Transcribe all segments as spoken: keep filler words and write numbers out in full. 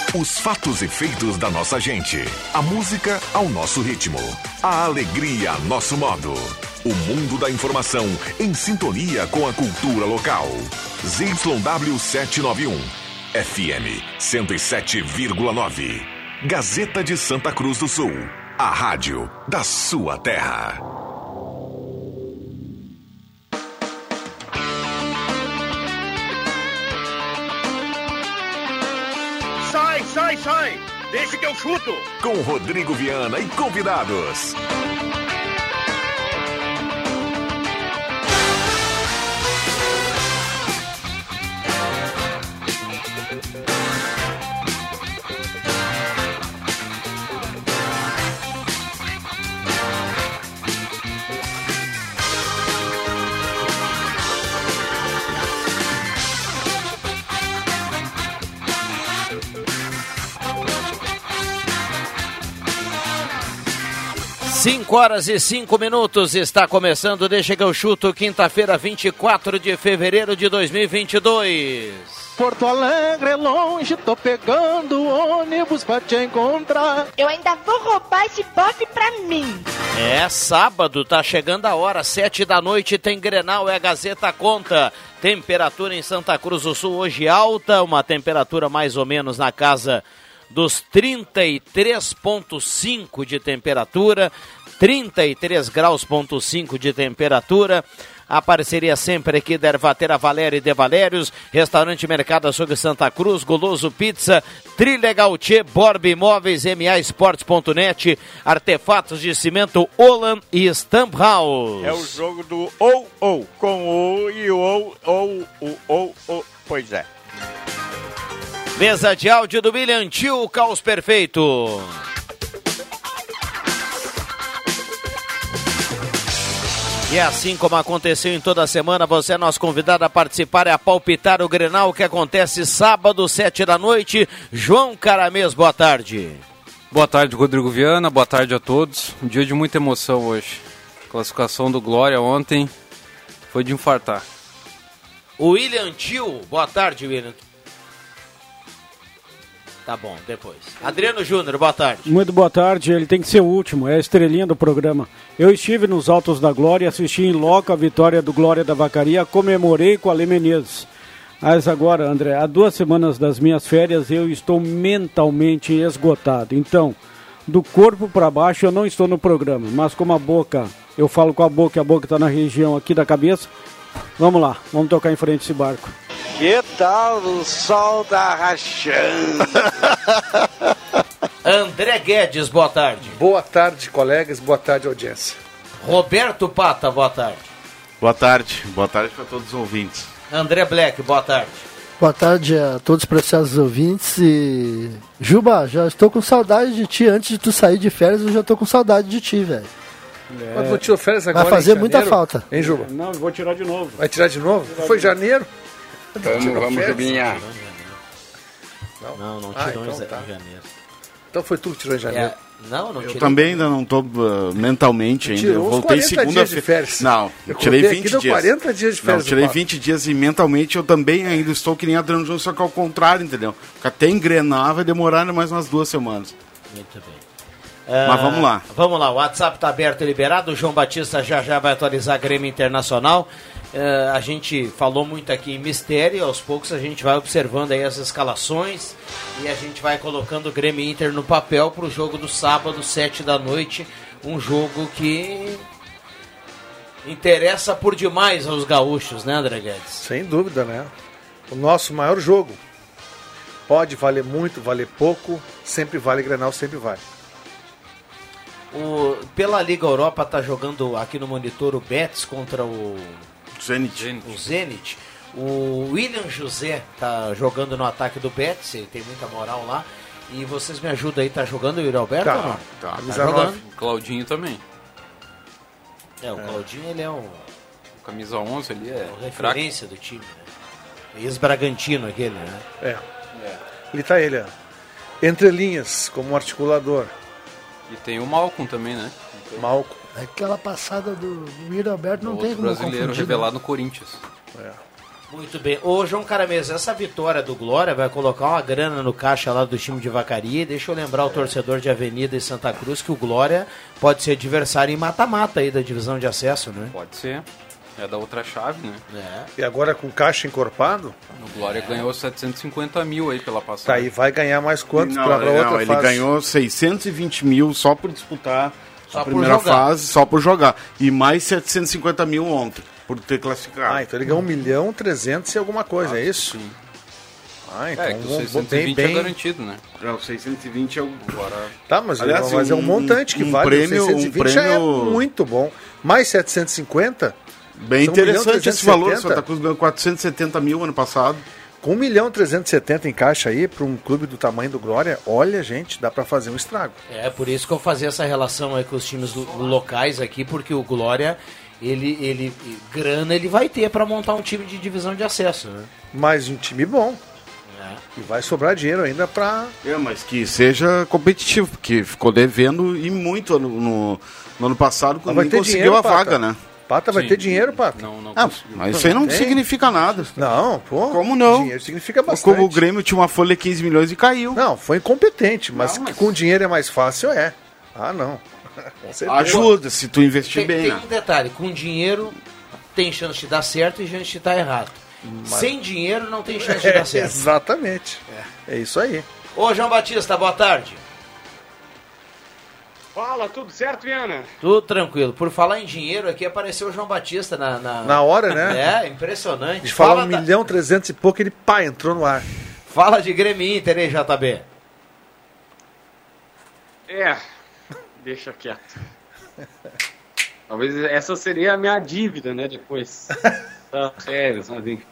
Os fatos e feitos da nossa gente. A música ao nosso ritmo. A alegria a nosso modo. O mundo da informação em sintonia com a cultura local. Z Y W setecentos e noventa e um. F M cento e sete vírgula nove. Gazeta de Santa Cruz do Sul. A rádio da sua terra. Sai, sai, sai! Deixa que eu chuto! Com Rodrigo Viana e convidados. cinco horas e cinco minutos, está começando, deixa que eu chuto, quinta-feira, vinte e quatro de fevereiro de dois mil e vinte e dois. Porto Alegre é longe, tô pegando ônibus pra te encontrar. Eu ainda vou roubar esse bofe pra mim. É sábado, tá chegando a hora, sete da noite, tem Grenal, é a Gazeta Conta. Temperatura em Santa Cruz do Sul hoje alta, uma temperatura mais ou menos na casa dos trinta e três vírgula cinco de temperatura, trinta e três graus ponto cinco de temperatura. A parceria sempre aqui da Ervatera Valéria e de Valérios, Restaurante Mercado Açougue Santa Cruz, Goloso Pizza, Trilegal Tchê, Borb Imóveis, M A Esportes ponto net, Artefatos de Cimento Olan e Stamp House. É o jogo do ou ou, com o e o ou ou o ou ou, pois é. Mesa de áudio do William Tio, Caos Perfeito. E assim como aconteceu em toda a semana, você é nosso convidado a participar e a palpitar o Grenal que acontece sábado, sete da noite. João Caramês, boa tarde. Boa tarde, Rodrigo Viana, boa tarde a todos. Um dia de muita emoção hoje. Classificação do Glória ontem foi de infartar. O William Tio, boa tarde, William. Tá bom, depois. Adriano Júnior, boa tarde. Muito boa tarde, ele tem que ser o último, é a estrelinha do programa. Eu estive nos Altos da Glória, assisti em loco a vitória do Glória da Vacaria, comemorei com a Lê Menezes. Mas agora, André, há duas semanas das minhas férias eu estou mentalmente esgotado. Então, do corpo para baixo eu não estou no programa, mas como a boca, eu falo com a boca, a boca está na região aqui da cabeça. Vamos lá, vamos tocar em frente esse barco. Que tal o sol tá rachando? André Guedes, boa tarde. Boa tarde, colegas, boa tarde, audiência. Roberto Pata, boa tarde. Boa tarde, boa tarde para todos os ouvintes. André Black, boa tarde. Boa tarde a todos os preciosos ouvintes e... Juba, já estou com saudade de ti. Antes de tu sair de férias, eu já estou com saudade de ti, velho. É. Mas vou tirar férias agora. Vai fazer muita falta. Hein, Juba? Não, eu vou tirar de novo. Vai tirar de novo? Foi janeiro? Vamos, vamos, Jubinha. Não, não, não ah, tirou então em tá. janeiro. Então foi tu que tirou em janeiro. É, não, não Eu tirei. também ainda não estou uh, mentalmente ainda. Eu voltei segunda-feira. Não, eu tirei vinte dias. quarenta dias de férias. Não, tirei vinte dias e mentalmente eu também ainda estou que nem Adriano Júnior, só que ao contrário, entendeu? Até engrenar vai demorar mais umas duas semanas. Muito bem. Mas Uh, vamos lá. Vamos lá, o WhatsApp está aberto e liberado. O João Batista já já vai atualizar a Grêmio Internacional. Uh, a gente falou muito aqui em mistério, e aos poucos a gente vai observando aí as escalações e a gente vai colocando o Grêmio Inter no papel para o jogo do sábado, sete da noite. Um jogo que interessa por demais aos gaúchos, né, André Guedes? Sem dúvida, né? O nosso maior jogo. Pode valer muito, valer pouco, sempre vale Grenal, sempre vale. O, pela Liga Europa tá jogando aqui no monitor o Betis contra o Zenit. o Zenit. O William José tá jogando no ataque do Betis, ele tem muita moral lá. E vocês me ajudam aí, tá jogando o Yuri Alberto? Tá, ou não? tá. Tá jogando. O Claudinho também. É, o Claudinho ele é o, O camisa onze ali é a referência do time, né? Ex-Bragantino aquele, né? É. é. Ali tá ele, ó. Entre linhas, como articulador. E tem o Malcom também, né? Malcom. Aquela passada do Yuri Alberto não Outro tem como brasileiro confundir, revelado no Corinthians. É. Muito bem. Ô, João Caramês, essa vitória do Glória vai colocar uma grana no caixa lá do time de Vacaria. Deixa eu lembrar o torcedor de Avenida e Santa Cruz que o Glória pode ser adversário em mata-mata aí da divisão de acesso, né? Pode ser. É da outra chave, né? É. E agora com caixa encorpado? O Glória é. ganhou setecentos e cinquenta mil aí pela passagem. Tá, e vai ganhar mais quantos Não, pra, pra outra não, ele fase? ganhou seiscentos e vinte mil só por disputar Só a por primeira jogar. fase, só por jogar. E mais setecentos e cinquenta mil ontem, por ter classificado. Ah, então ele ganhou um milhão trezentos e alguma coisa, Ah, é isso? Sim. Ah, então É, que o vamos- seiscentos e bem, vinte bem... é garantido, né? É, o seiscentos e vinte é o... Agora... Tá, mas, Aliás, mas é um um- montante que um vale. prêmio- o seiscentos e vinte um já é prêmio- muito bom. Mais setecentos e cinquenta? Bem São um milhão interessante trezentos esse e valor. setenta. Santa Cruz ganhou quatrocentos e setenta mil ano passado. Com um milhão trezentos e setenta em caixa aí, para um clube do tamanho do Glória, olha, gente, dá para fazer um estrago. É, por isso que eu fazia essa relação aí com os times lo- locais aqui, porque o Glória, ele, ele grana ele vai ter para montar um time de divisão de acesso, né? Mas um time bom. É. E vai sobrar dinheiro ainda para... É, mas que seja competitivo, porque ficou devendo e muito no, no, no ano passado, quando vai nem ter conseguiu dinheiro, a Pata. vaga, né? Pata vai Sim. ter dinheiro, Pata. Não, não Ah, conseguiu. mas isso aí não Tem. significa nada. Não, pô. Como não? Dinheiro significa bastante. Como o Grêmio tinha uma folha de quinze milhões e caiu. Não, foi incompetente, mas, Não, mas- que com dinheiro é mais fácil, é. Ah, não. Com certeza. Ajuda, se tu investir Tem, bem, tem né? um detalhe, com dinheiro tem chance de dar certo e chance de dar errado. Sem dinheiro não tem chance de É, dar certo. exatamente. É. isso aí. Ô, João Batista, boa tarde. Fala, tudo certo, Viana? Tudo tranquilo. Por falar em dinheiro, aqui apareceu o João Batista na... Na, Na hora, né? É, impressionante. De falar Fala, um da- milhão trezentos e pouco, ele pá, entrou no ar. Fala de Grêmio e Inter, hein, J B? É, deixa quieto. Talvez essa seria a minha dívida, né, depois. Tá, sério, mas enfim.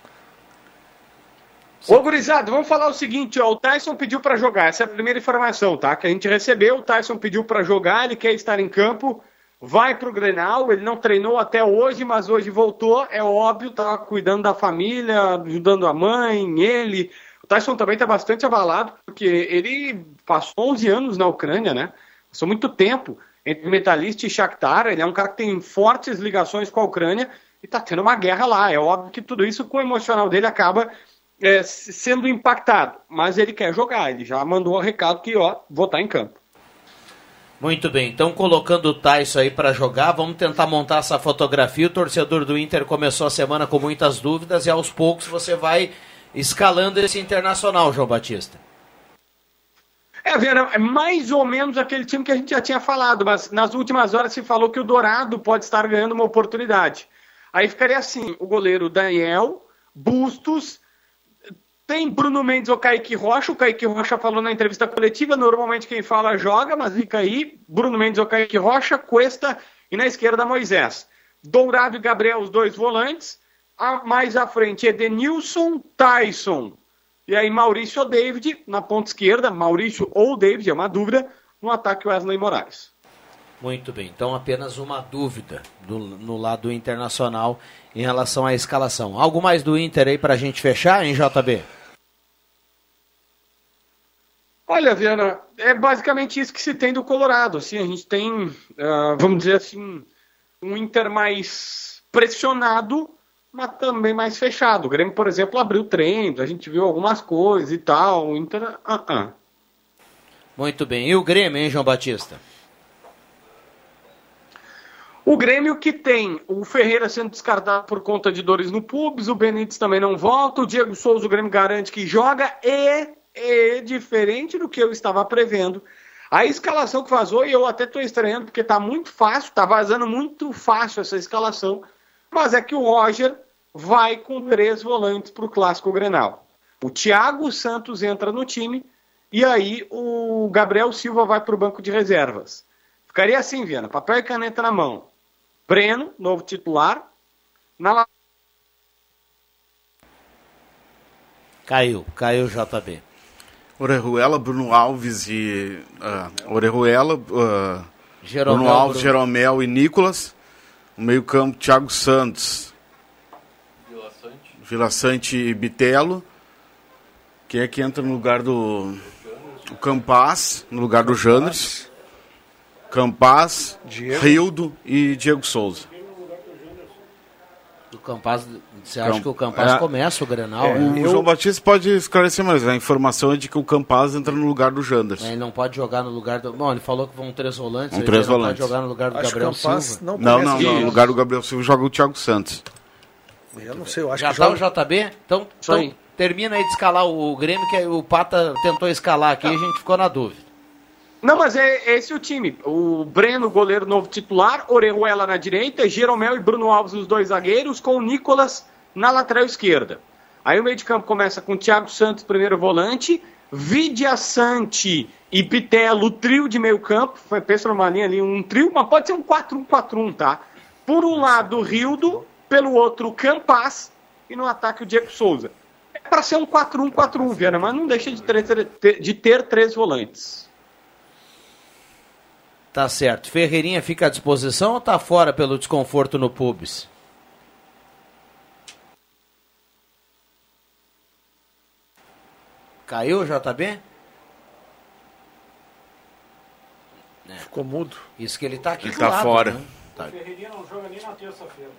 Ô, gurizada, vamos falar o seguinte, ó, o Tyson pediu pra jogar, essa é a primeira informação, tá, que a gente recebeu, o Tyson pediu pra jogar, ele quer estar em campo, vai pro Grenal, ele não treinou até hoje, mas hoje voltou, é óbvio, tá cuidando da família, ajudando a mãe, ele. O Tyson também tá bastante abalado, porque ele passou onze anos na Ucrânia, né, passou muito tempo entre Metalist e Shakhtar, ele é um cara que tem fortes ligações com a Ucrânia e tá tendo uma guerra lá, é óbvio que tudo isso com o emocional dele acaba É, sendo impactado, mas ele quer jogar, ele já mandou o recado que, ó, vou estar em campo. Muito bem, então colocando o Tyson aí para jogar, vamos tentar montar essa fotografia. O torcedor do Inter começou a semana com muitas dúvidas e aos poucos você vai escalando esse Internacional, João Batista. É, Vera, é mais ou menos aquele time que a gente já tinha falado, mas nas últimas horas se falou que o Dourado pode estar ganhando uma oportunidade. Aí ficaria assim, o goleiro Daniel, Bustos, tem Bruno Mendes ou Kaique Rocha. O Kaique Rocha falou na entrevista coletiva, normalmente quem fala joga, mas fica aí, Bruno Mendes ou Kaique Rocha, Cuesta e na esquerda Moisés. Dourado e Gabriel, os dois volantes. A, mais à frente, Edenilson, Tyson. E aí Maurício ou David na ponta esquerda, Maurício ou David, é uma dúvida, no ataque Wesley Moraes. Muito bem, então apenas uma dúvida do, no lado internacional em relação à escalação. Algo mais do Inter aí pra gente fechar, hein, J B? Olha, Viana, é basicamente isso que se tem do Colorado. Assim, a gente tem, uh, vamos dizer assim, um Inter mais pressionado, mas também mais fechado. O Grêmio, por exemplo, abriu treinos, a gente viu algumas coisas e tal. O Inter, uh -uh. Muito bem, e o Grêmio, hein, João Batista? O Grêmio que tem o Ferreira sendo descartado por conta de dores no pubis, o Benítez também não volta, o Diego Souza, o Grêmio garante que joga e... é diferente do que eu estava prevendo. A escalação que vazou, e eu até estou estranhando, porque está muito fácil, está vazando muito fácil essa escalação, mas é que o Roger vai com três volantes para o Clássico Grenal. O Thiago Santos entra no time, e aí o Gabriel Silva vai para o banco de reservas. Ficaria assim, Viana, papel e caneta na mão. Breno, novo titular, na... Caiu, caiu o J B. Orejuela, Bruno Alves e... Uh, Orejuela, uh, Jeromel, Bruno Alves, Bruno. Jeromel e Nicolas. O meio campo, Thiago Santos. Vila Sante. Vila Sante e Bitelo. Quem é que entra no lugar do... O Campaz, no lugar do Jandres. Campaz, Diego. Rildo e Diego Souza. do Campaz, você acha Camp... que o Campaz é. começa o Grenal? É, né? o eu... João Batista pode esclarecer mais. A informação é de que o Campaz entra no lugar do Janderson. Ele não pode jogar no lugar do... Bom, ele falou que vão três volantes. Um três ele não volantes. pode jogar no lugar do acho Gabriel que o Campaz Silva. Não, não, não, não. No lugar do Gabriel Silva joga o Thiago Santos. Eu não sei, eu acho Já que tá joga... o J B? Então, então termina aí de escalar o Grêmio, que o Pata tentou escalar aqui e a gente ficou na dúvida. Não, mas é esse o time. O Breno, goleiro novo titular, Orejuela na direita, Jeromel e Bruno Alves, os dois zagueiros, com o Nicolas na lateral esquerda. Aí o meio de campo começa com o Thiago Santos, primeiro volante, Vidia Sante e Pitelo, trio de meio campo. Pensa numa linha ali, um trio, mas pode ser um quatro um quatro um, tá? Por um lado, o Rildo, pelo outro, o Campaz, e no ataque o Diego Souza. É para ser um quatro um quatro um, Viana, mas não deixa de ter, de ter três volantes. Tá certo. Ferreirinha fica à disposição ou tá fora pelo desconforto no pubis? Caiu o J B? Ficou mudo. Isso que ele tá aqui ele do tá lado, fora. Né? Tá. O Ferreirinha não joga nem na terça-feira.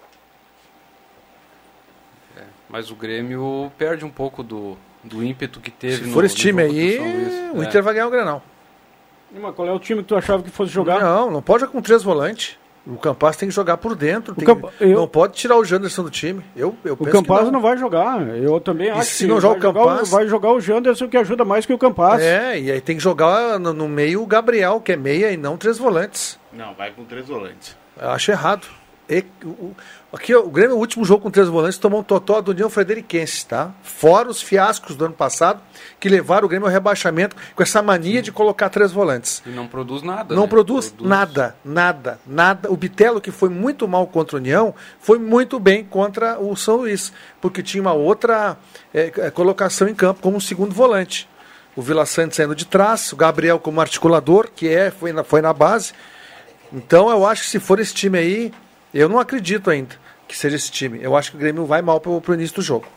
É, mas o Grêmio perde um pouco do, do ímpeto que teve. Se no, for esse no time jogo aí, contra o São Luís. o É. Inter vai ganhar o Grenal. Mas qual é o time que tu achava que fosse jogar? Não, não pode jogar com três volantes. O Campaz tem que jogar por dentro. Tem Campa... que... eu... Não pode tirar o Janderson do time. Eu, eu o Campaz não. não vai jogar. Eu também e acho se que não joga o Campaz... vai jogar o Janderson, que ajuda mais que o Campaz. É, e aí tem que jogar no, no meio o Gabriel, que é meia, e não três volantes. Não, vai com três volantes. Eu acho errado. E, o, aqui, o Grêmio, o último jogo com três volantes, tomou um totó do União Frederiquense, tá? Fora os fiascos do ano passado, que levaram o Grêmio ao rebaixamento com essa mania de colocar três volantes. E não produz nada. Não né? produz, produz nada, nada, nada. O Bitelo, que foi muito mal contra a União, foi muito bem contra o São Luís, porque tinha uma outra é, colocação em campo como um segundo volante. O Vila Sante saindo de trás, o Gabriel como articulador, que é, foi, na, foi na base. Então eu acho que se for esse time aí, eu não acredito ainda que seja esse time. Eu acho que o Grêmio vai mal pro, pro início do jogo.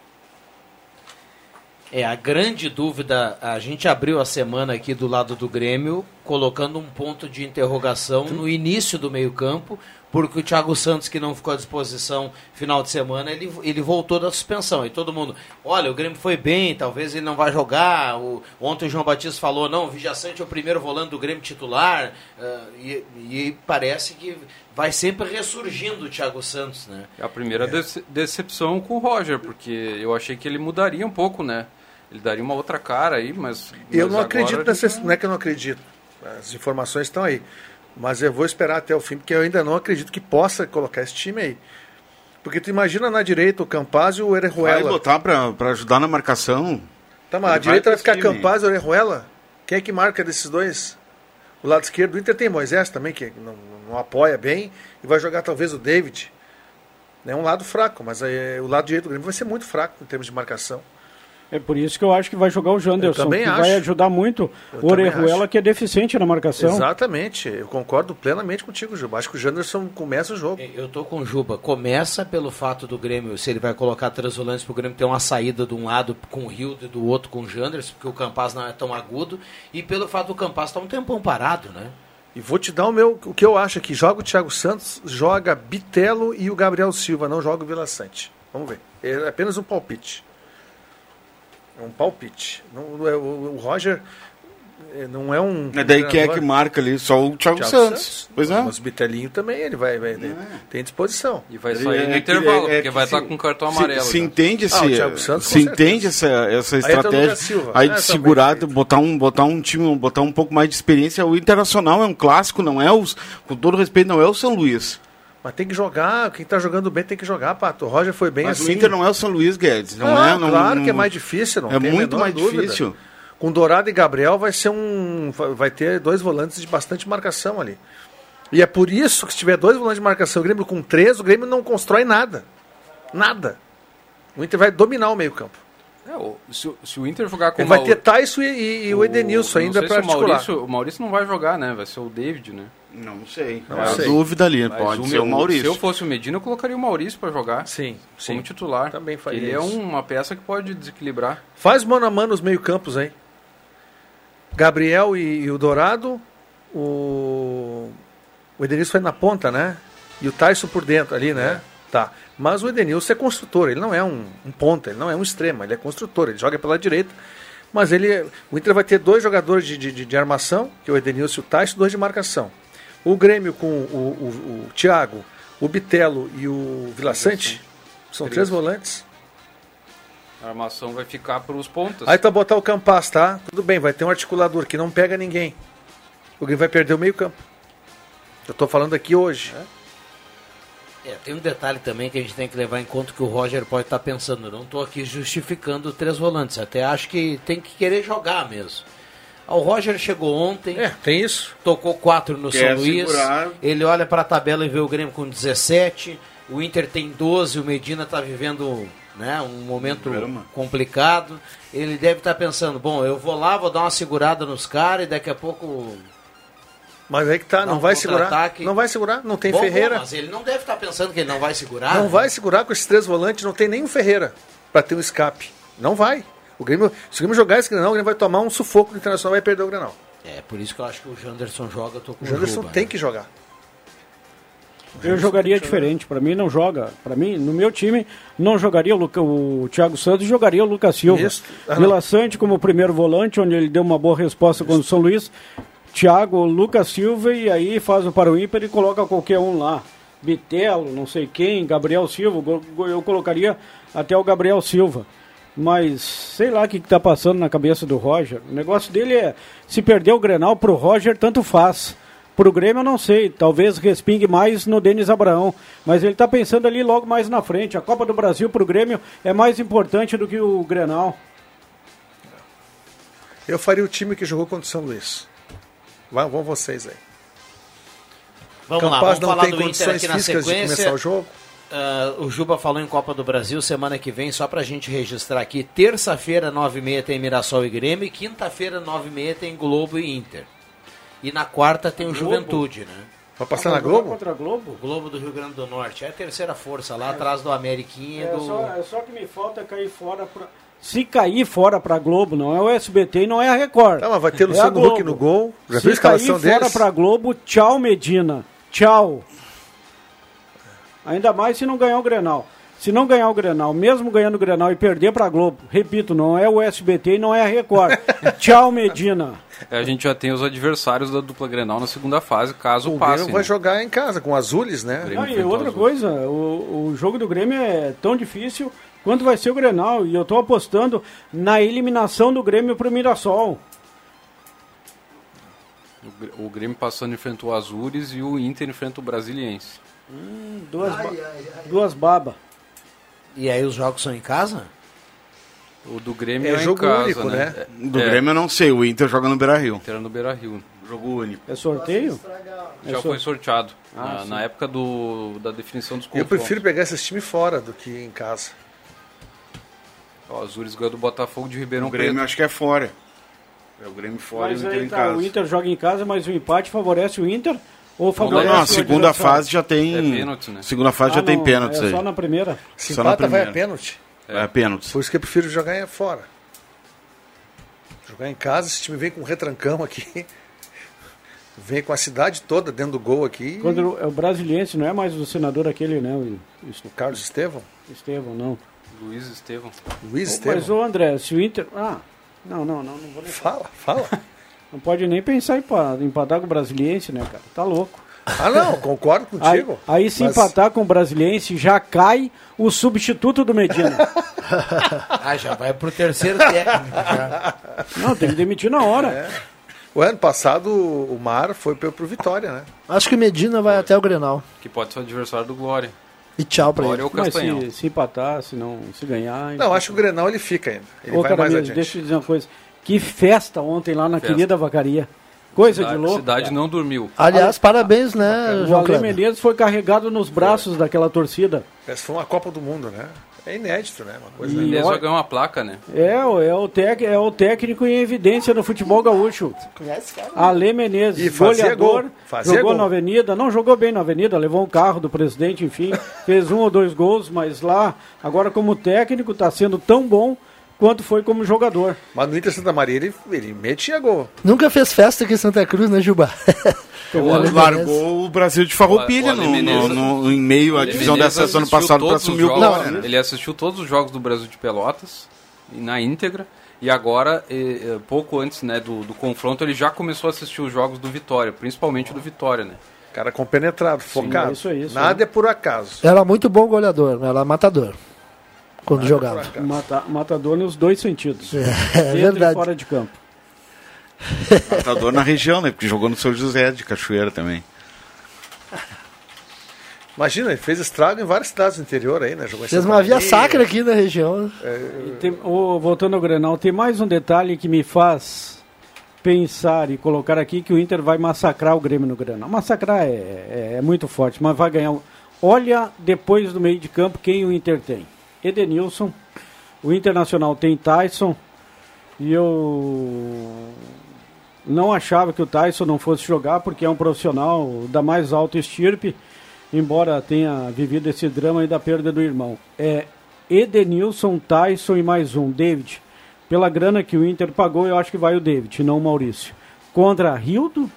É, a grande dúvida, a gente abriu a semana aqui do lado do Grêmio, colocando um ponto de interrogação no início do meio-campo, porque o Thiago Santos, que não ficou à disposição final de semana, ele, ele voltou da suspensão. E todo mundo, olha, o Grêmio foi bem, talvez ele não vai jogar. O, ontem o João Batista falou, não, o Vidia Sante é o primeiro volante do Grêmio titular. Uh, e, e parece que vai sempre ressurgindo o Thiago Santos, né? A primeira é. dece- decepção com o Roger, porque eu achei que ele mudaria um pouco, né? Ele daria uma outra cara aí, mas... Eu mas não acredito nessa... já... Não é que eu não acredito. As informações estão aí. Mas eu vou esperar até o fim, porque eu ainda não acredito que possa colocar esse time aí. Porque tu imagina na direita o Campaz e o Orejuela. Vai botar pra, pra ajudar na marcação. Tá, mas a direita vai ficar Campaz e Orejuela? Quem é que marca desses dois? O lado esquerdo do Inter tem Moisés também, que não, não apoia bem. E vai jogar talvez o David. É um lado fraco, mas é, o lado direito do Grêmio vai ser muito fraco em termos de marcação. É por isso que eu acho que vai jogar o Janderson, Eu também que acho. vai ajudar muito Eu o Orejuela, que é deficiente na marcação. Exatamente, eu concordo plenamente contigo, Juba. Acho que o Janderson começa o jogo. Eu tô com o Juba. Começa pelo fato do Grêmio, se ele vai colocar três volantes pro Grêmio ter uma saída de um lado com o Rildo e do outro com o Janderson, porque o Campaz não é tão agudo, e pelo fato do Campaz estar um tempão parado, né? E vou te dar o meu, o que eu acho aqui. Joga o Thiago Santos, joga Bitelo e o Gabriel Silva, não joga o Vila Sante. Vamos ver. É apenas um palpite. É um palpite. Não, o, o Roger não é um... É daí quem é que marca ali? Só o Thiago, Thiago Santos. Santos. Pois é. Mas o Bitelinho também, ele vai, vai é. tem disposição. E vai sair é, no intervalo, é, é, porque vai estar com cartão amarelo. Se, se entende, esse, ah, o Thiago Santos, se entende essa, essa estratégia aí, aí de é, segurar, botar um, botar um time, botar um pouco mais de experiência. O Internacional é um clássico, não é os, com todo respeito, não é o São Luís. Mas tem que jogar, quem tá jogando bem tem que jogar, Pato. O Roger foi bem Mas assim. o Inter não é o São Luís, Guedes. Não ah, é, não, claro não, que é mais difícil, não é tem muito mais dúvida. difícil. Com Dourado e Gabriel vai ser um. Vai ter dois volantes de bastante marcação ali. E é por isso que se tiver dois volantes de marcação, o Grêmio com três, o Grêmio não constrói nada. Nada. O Inter vai dominar o meio-campo. É, o, se, se o Inter jogar com Ele vai ter Tyson e, e, e o Edenilson ainda para articular. O Maurício, o Maurício não vai jogar, né? Vai ser o David, né? Não sei. Não é sei. a dúvida ali. Mas pode o ser meu, o Maurício. Se eu fosse o Medina, eu colocaria o Maurício para jogar. Sim, sim. Como titular. Também faria Ele isso. é uma peça que pode desequilibrar. Faz mano a mano os meio-campos aí. Gabriel e, e o Dourado. O, o Edenilson foi na ponta, né? E o Tyson por dentro ali, né? Tá. Mas o Edenilson é construtor, ele não é um, um ponta, ele não é um extremo, ele é construtor, ele joga pela direita. Mas ele, o Inter vai ter dois jogadores de, de, de armação, que é o Edenilson e o Tyson, dois de marcação. O Grêmio com o, o, o Thiago, o Bitelo e o Vila Sante, são três volantes. A armação vai ficar para os pontas. Aí tu vai botar o Campas, tá? Tudo bem, vai ter um articulador que não pega ninguém. O Grêmio vai perder o meio campo. Eu tô falando aqui hoje. É, tem um detalhe também que a gente tem que levar em conta que o Roger pode estar pensando. Eu não estou aqui justificando três volantes. Até acho que tem que querer jogar mesmo. O Roger chegou ontem. É, tem isso. Tocou quatro no Quer São Luís. segurar. Ele olha para a tabela e vê o Grêmio com dezessete. O Inter tem doze. O Medina está vivendo, né, um momento complicado. Ele deve estar pensando, bom, eu vou lá, vou dar uma segurada nos caras e daqui a pouco... Mas aí que tá, Dá não um vai segurar. contra-ataque. Não vai segurar, não tem Bom, Ferreira. bom, mas ele não deve estar pensando que ele não vai segurar. Não né? vai segurar com esses três volantes, não tem nem o Ferreira para ter um escape. Não vai. O Grêmio, se o Grêmio jogar esse Grenal, o Grêmio vai tomar um sufoco do Internacional e vai perder o Grenal. É, por isso que eu acho que o Janderson joga, eu tô com O Janderson Juba, tem né? que jogar. Eu jogaria diferente. Para mim não joga. Para mim, no meu time, não jogaria o, Luca, o Thiago Santos, jogaria o Lucas Silva. Isso. Ah, Vila Sante como primeiro volante, onde ele deu uma boa resposta contra o São Luís. Thiago, Lucas Silva, e aí faz o para o ímpar e coloca qualquer um lá. Bitelo, não sei quem, Gabriel Silva. Eu colocaria até o Gabriel Silva. Mas sei lá o que está passando na cabeça do Roger. O negócio dele é, se perder o Grenal pro Roger, tanto faz. Pro Grêmio eu não sei, talvez respingue mais no Denis Abraão. Mas ele está pensando ali logo mais na frente. A Copa do Brasil pro Grêmio é mais importante do que o Grenal. Eu faria o time que jogou contra o São Luís. Vão, vão vocês aí. Vamos Campas lá, vamos não falar tem do Inter condições aqui na físicas de sequência. começar o jogo. Uh, o Juba falou em Copa do Brasil semana que vem, só pra gente registrar aqui. Terça-feira, nove e meia, tem Mirassol e Grêmio. E quinta-feira, nove e meia, tem Globo e Inter. E na quarta tem o Globo? Juventude, né? Vai passar na Globo? Contra a Globo? O Globo do Rio Grande do Norte. É a terceira força, lá atrás do Ameriquinha. É, do... só, é só que me falta cair fora pra... Se cair fora pra Globo, não é o S B T e não é a Record. Tá, mas vai ter é Luciano Huck no gol. Já viu a Se cair escalação fora deles? pra Globo, tchau Medina. Tchau. Ainda mais se não ganhar o Grenal. Se não ganhar o Grenal, mesmo ganhando o Grenal e perder pra Globo, repito, não é o S B T e não é a Record. Tchau Medina. A gente já tem os adversários da dupla Grenal na segunda fase, caso O passe. Grêmio vai né? jogar em casa, com azules, né? Grêmio Ah, e enfrentou outra Azul. coisa, o, o jogo do Grêmio é tão difícil quanto vai ser o Grenal. E eu tô apostando na eliminação do Grêmio pro Mirassol. O Gr- O Grêmio passando enfrentou o Azures e o Inter enfrenta o Brasiliense. Hum, duas, ba duas babas. E aí os jogos são em casa? O do Grêmio É é, jogo em casa, único, né? né? Do É, Grêmio eu não sei, o Inter joga no Beira-Rio. Inter no Beira-Rio. Jogo único. É sorteio? É Já sor- foi sorteado. Ah, na, sim. na época do, da definição dos Eu confrontos. prefiro pegar esses times fora do que em casa. O Azures ganhou do Botafogo de Ribeirão O Grêmio Preto. acho que é fora. É o Grêmio fora Mas e o Inter aí em tá, casa. o Inter joga em casa, mas o empate favorece o Inter ou Não, favorece não, a o segunda adversário? fase já tem. É pênalti, né? Segunda fase Ah, já tem não, pênaltis é aí. só na primeira. Se Só na empata, vai a primeira. pênalti. É pênaltis. Por isso que eu prefiro jogar é fora. Jogar em casa, esse time vem com um retrancão aqui. Vem com a cidade toda dentro do gol aqui. Quando é o Brasiliense, não é mais o senador aquele, né? O, O Carlos Estevão? Estevão, não. Luiz Estevão. Luiz Mas, Estevão. ô André, se o Inter... Ah, não, não, não, não vou nem... Fala, fala. Não pode nem pensar em pa- empatar com o Brasiliense, né, cara? Tá louco. Ah, não, concordo Aí, contigo. aí se mas- empatar com o Brasiliense, já cai o substituto do Medina. Ah, já vai pro terceiro técnico. Já. Não, tem que demitir na hora. É. O ano passado o Mar foi pro, pro Vitória, né? Acho que Medina vai até o Grenal. Que pode ser o adversário do Glória. E tchau pra Glória ele. ou Mas Castanhão. se, se empatar, se não se ganhar... Não, acho que o Grenal ele fica ainda. Ele Ô, vai cara mais mesmo, adiante. deixa eu dizer uma coisa. Que festa ontem lá na Festa. querida Vacaria. Coisa Cidade, de louco. cidade não dormiu. Aliás, parabéns, né, O João Ale Kleber? Menezes foi carregado nos braços daquela torcida. Essa foi uma Copa do Mundo, né? É inédito, né? Uma coisa E Menezes olha- vai ganhar uma placa, né? É, o- é, o tec, é o técnico em evidência no futebol gaúcho. Conhece, cara? Ale Menezes, E fazia goleador, gol, fazia jogou gol. na Avenida, não jogou bem na Avenida, levou um carro do presidente, enfim, fez um ou dois gols, mas lá, agora como técnico, está sendo tão bom quanto foi como jogador. Mas no Inter Santa Maria ele, ele metia gol. Nunca fez festa aqui em Santa Cruz, né, Juba? Largou o Brasil de farroupilha no, no, no, em meio à divisão de acesso ano passado para assumir o Glória. Né? Ele assistiu todos os jogos do Brasil de Pelotas, na íntegra, e agora, eh, pouco antes, né, do, do confronto, ele já começou a assistir os jogos do Vitória, principalmente do Vitória, né? Cara compenetrado, focado. Sim, é isso, é isso, Nada é. é por acaso. Era muito bom goleador, era matador. Quando Nada jogava. É Mata, matador nos dois sentidos. É, é verdade. E fora de campo. Matador na região, né? Porque jogou no São José de Cachoeira também. Imagina, ele fez estrago em várias cidades do interior aí, né? Jogou Fez uma via sacra aqui na região. É, tem, oh, voltando ao Grenal, tem mais um detalhe que me faz pensar e colocar aqui que o Inter vai massacrar o Grêmio no Grenal. Massacrar é, é, é muito forte, mas vai ganhar. Olha, depois do meio de campo, quem o Inter tem. Edenilson, o Internacional tem Tyson, e eu não achava que o Tyson não fosse jogar, porque é um profissional da mais alta estirpe, embora tenha vivido esse drama aí da perda do irmão. É Edenilson, Tyson e mais um, David. Pela grana que o Inter pagou, eu acho que vai o David, não o Maurício. Contra Rildo,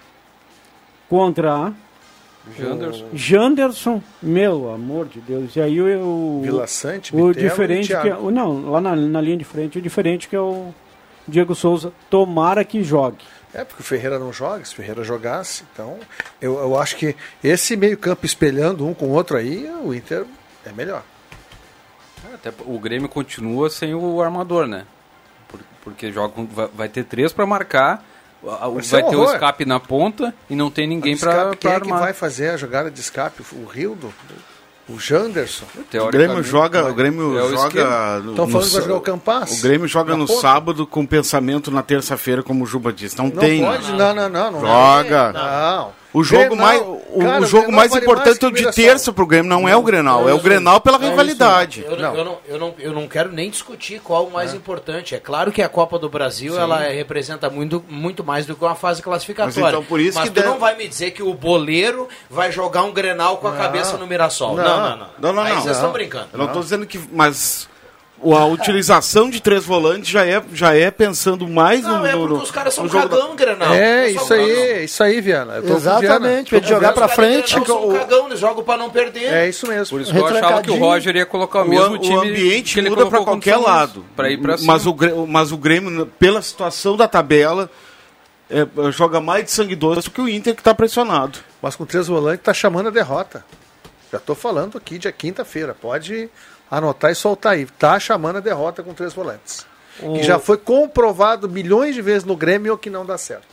contra Janderson. Janderson, meu amor de Deus. E aí o, Vila Sante, o Bitelo diferente e que é, o, não, lá na, na linha de frente, o diferente que é o Diego Souza. Tomara que jogue. É, porque o Ferreira não joga, se o Ferreira jogasse, então eu, eu acho que esse meio campo espelhando um com o outro aí, o Inter é melhor. Até o Grêmio continua sem o armador, né? Porque joga, vai, vai ter três para marcar, vai, vai ter o escape na ponta e não tem ninguém para armar. Quem é que vai fazer a jogada de escape? O Rildo? O Janderson? O Grêmio joga, o Grêmio é joga no, Estão falando que vai jogar o Campas? O Grêmio joga no ponta? sábado com pensamento na terça-feira, como o Juba disse. Não, não tem. Pode, não, não, não, não. Joga. Não. O jogo Grenal, mais, o, cara, o jogo o mais vale importante é o mais de terça pro Grêmio, não, não é o Grenal, é, é o Grenal pela é rivalidade. Eu não, eu, não, eu, não, eu não quero nem discutir qual o mais é. importante. É claro que a Copa do Brasil Sim. ela representa muito, muito mais do que uma fase classificatória. Mas, então, por isso Mas que tu deve... não vai me dizer que o boleiro vai jogar um Grenal com a não. cabeça no Mirassol. Não, não, não. não. não, não Aí não. vocês estão brincando. Eu não estou dizendo que... Mas... A utilização de três volantes já é, já é pensando mais não, no, no, é porque no, os caras são no cagão, da... Grenal. É, isso aí, isso aí, Viana. Exatamente, pra ele jogar pra frente. Eles são cagão, eles jogam pra não perder. É isso mesmo. Por isso que eu achava que o Roger ia colocar o mesmo o, time. O ambiente que ele muda pra qualquer lado. Pra ir pra cima. Mas, o, mas o Grêmio, pela situação da tabela, é, joga mais de sangue doce do que o Inter, que tá pressionado. Mas com três volantes tá chamando a derrota. Já tô falando aqui, dia quinta-feira. Pode... anotar e soltar aí. Tá chamando a derrota com três volantes. O... Que já foi comprovado milhões de vezes no Grêmio que não dá certo.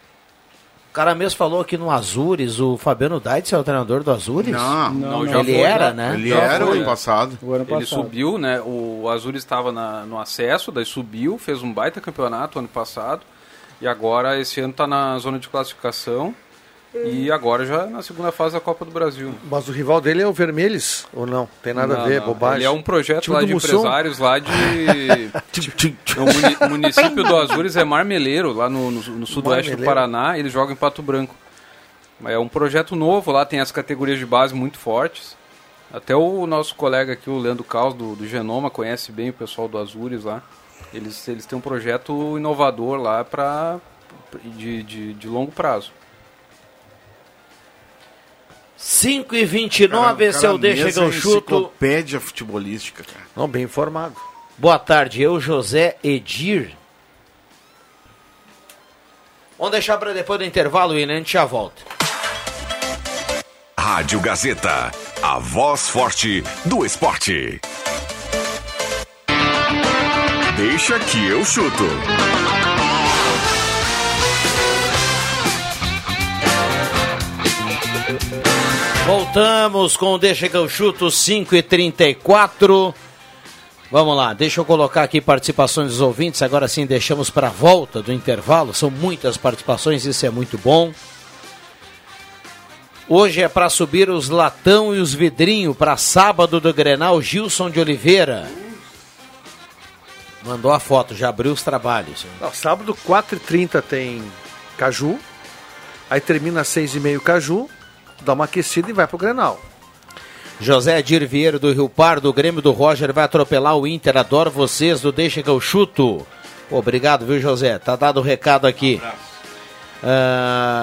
O cara mesmo falou aqui no Azures, o Fabiano Daitz é o treinador do Azures? Não, não, não já ele foi, era, né? Ele já era foi. o ano passado. O ano passado. Ele subiu, né? O Azures estava no acesso, daí subiu, fez um baita campeonato ano passado. E agora, esse ano, está na zona de classificação. E agora já na segunda fase da Copa do Brasil. Mas o rival dele é o Vermelhos, ou não? Tem nada não, a ver, não. bobagem. Ele é um projeto tipo lá de Mussum. empresários lá de... o muni município do Azures é Marmeleiro, lá no, no, no sudoeste do Paraná. Eles jogam em Pato Branco. É um projeto novo lá, tem as categorias de base muito fortes. Até o nosso colega aqui, o Leandro Caos, do, do Genoma, conhece bem o pessoal do Azures lá. Eles, eles têm um projeto inovador lá pra, de, de, de longo prazo. cinco e vinte e nove, esse é o Deixa que eu chuto. Enciclopédia futebolística, cara. Não, bem informado. Boa tarde, eu, José Edir. Vamos deixar para depois do intervalo, William, a gente já volta. Rádio Gazeta, a voz forte do esporte. Deixa que eu chuto. Voltamos com o Deixa que eu chuto, cinco e trinta e quatro. Vamos lá, deixa eu colocar aqui participações dos ouvintes. Agora sim, deixamos para a volta do intervalo. São muitas participações, isso é muito bom. Hoje é para subir os latão e os vidrinhos para sábado do Grenal. Gilson de Oliveira mandou a foto, já abriu os trabalhos. Não, sábado, quatro e trinta tem Caju. Aí termina às seis e meia Caju. Dá uma aquecida e vai pro Grenal. José Adir Vieira do Rio Pardo, o Grêmio do Roger vai atropelar o Inter, adoro vocês, do Deixa que eu chuto. Obrigado, viu, José? Tá dado o recado aqui. Uh,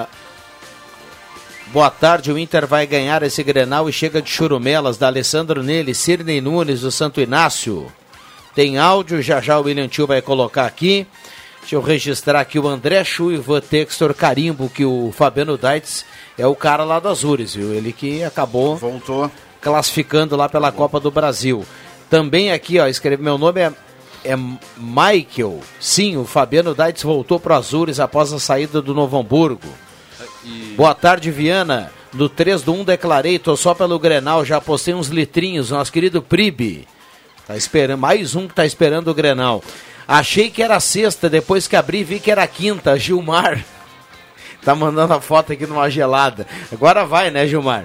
boa tarde, o Inter vai ganhar esse Grenal e chega de churumelas, da Alessandro Nele, Sirnei Nunes do Santo Inácio. Tem áudio, já já o William Tio vai colocar aqui. Deixa eu registrar aqui o André Chu e o Van Textor Carimbo, que o Fabiano Daitz é o cara lá do Azures, viu? Ele que acabou Voltou. classificando lá pela Copa do Brasil. Também aqui, ó, escreve, meu nome é, é Michael. Sim, o Fabiano Daitz voltou para o Azures após a saída do Novo Hamburgo. E... Boa tarde, Viana. Do três do um declarei, tô só pelo Grenal, já postei uns litrinhos, nosso querido Pribe. Tá esperando, mais um que tá esperando o Grenal. Achei que era sexta, depois que abri vi que era quinta. Gilmar tá mandando a foto aqui numa gelada. Agora vai, né, Gilmar?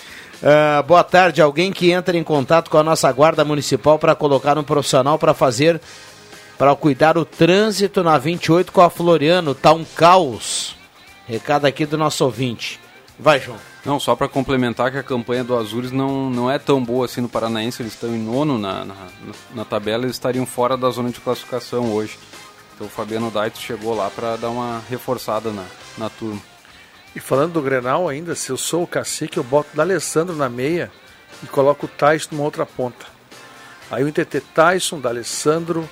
Uh, boa tarde, alguém que entra em contato com a nossa guarda municipal para colocar um profissional para fazer, para cuidar o trânsito na vinte e oito com a Floriano, tá um caos. Recado aqui do nosso ouvinte. Vai, João. Não, só para complementar que a campanha do Azures não, não é tão boa assim no Paranaense, eles estão em nono na, na, na tabela, eles estariam fora da zona de classificação hoje. Então o Fabiano Daitz chegou lá para dar uma reforçada na, na turma. E falando do Grenal ainda, se eu sou o cacique, eu boto o D'Alessandro na meia e coloco o Tyson numa outra ponta. Aí o Inter tem Tyson, D'Alessandro,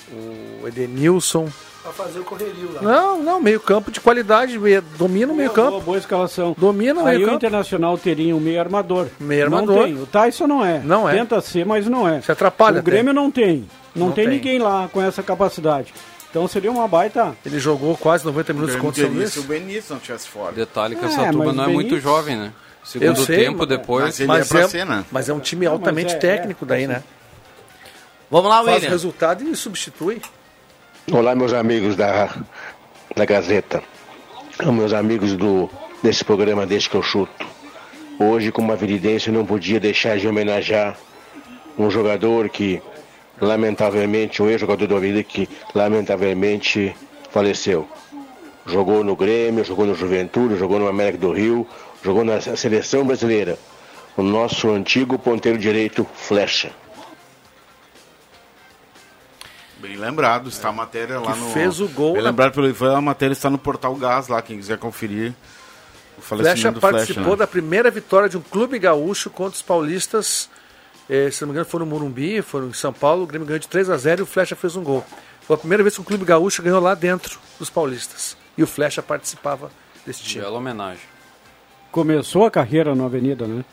o Edenilson. Pra fazer o correrio lá. Não, não, meio campo de qualidade, meio, domina o meio campo. Boa, boa escalação. Domina o meio campo. Aí o campo. Internacional teria um meio armador. Meio armador. Não tem, o Tyson não é. Não é. Tenta ser, mas não é. Se atrapalha. O Grêmio não tem. Não, não tem, tem ninguém lá com essa capacidade. Então seria uma baita... Ele jogou quase noventa minutos contra o São Luís. Se o Benício não tivesse fora. Detalhe que é, essa turma não é muito jovem, né? Segundo sei, tempo, mas, depois... Mas, mas, é, ser, né? mas é um time altamente é, técnico é, daí, né? Vamos lá, William. Faz o resultado e substitui. Olá, meus amigos da, da Gazeta. Meus amigos do, desse programa Deixa que eu chuto. Hoje, com uma evidência, não podia deixar de homenagear um jogador que... lamentavelmente, um ex-jogador do Avenida que lamentavelmente faleceu. Jogou no Grêmio, jogou no Juventude, jogou no América do Rio, jogou na seleção brasileira. O nosso antigo ponteiro direito, Flecha. Bem lembrado, está a matéria lá que no... fez o gol. Bem na... lembrado, pelo... a matéria está no Portal Gás lá, quem quiser conferir. O Flecha participou Flecha, né? da primeira vitória de um clube gaúcho contra os paulistas. É, se não me engano, foram no Morumbi, foram em São Paulo, o Grêmio ganhou de três a zero e o Flecha fez um gol. Foi a primeira vez que um clube gaúcho ganhou lá dentro dos paulistas. E o Flecha participava desse time. Bela homenagem. Começou a carreira na Avenida, né?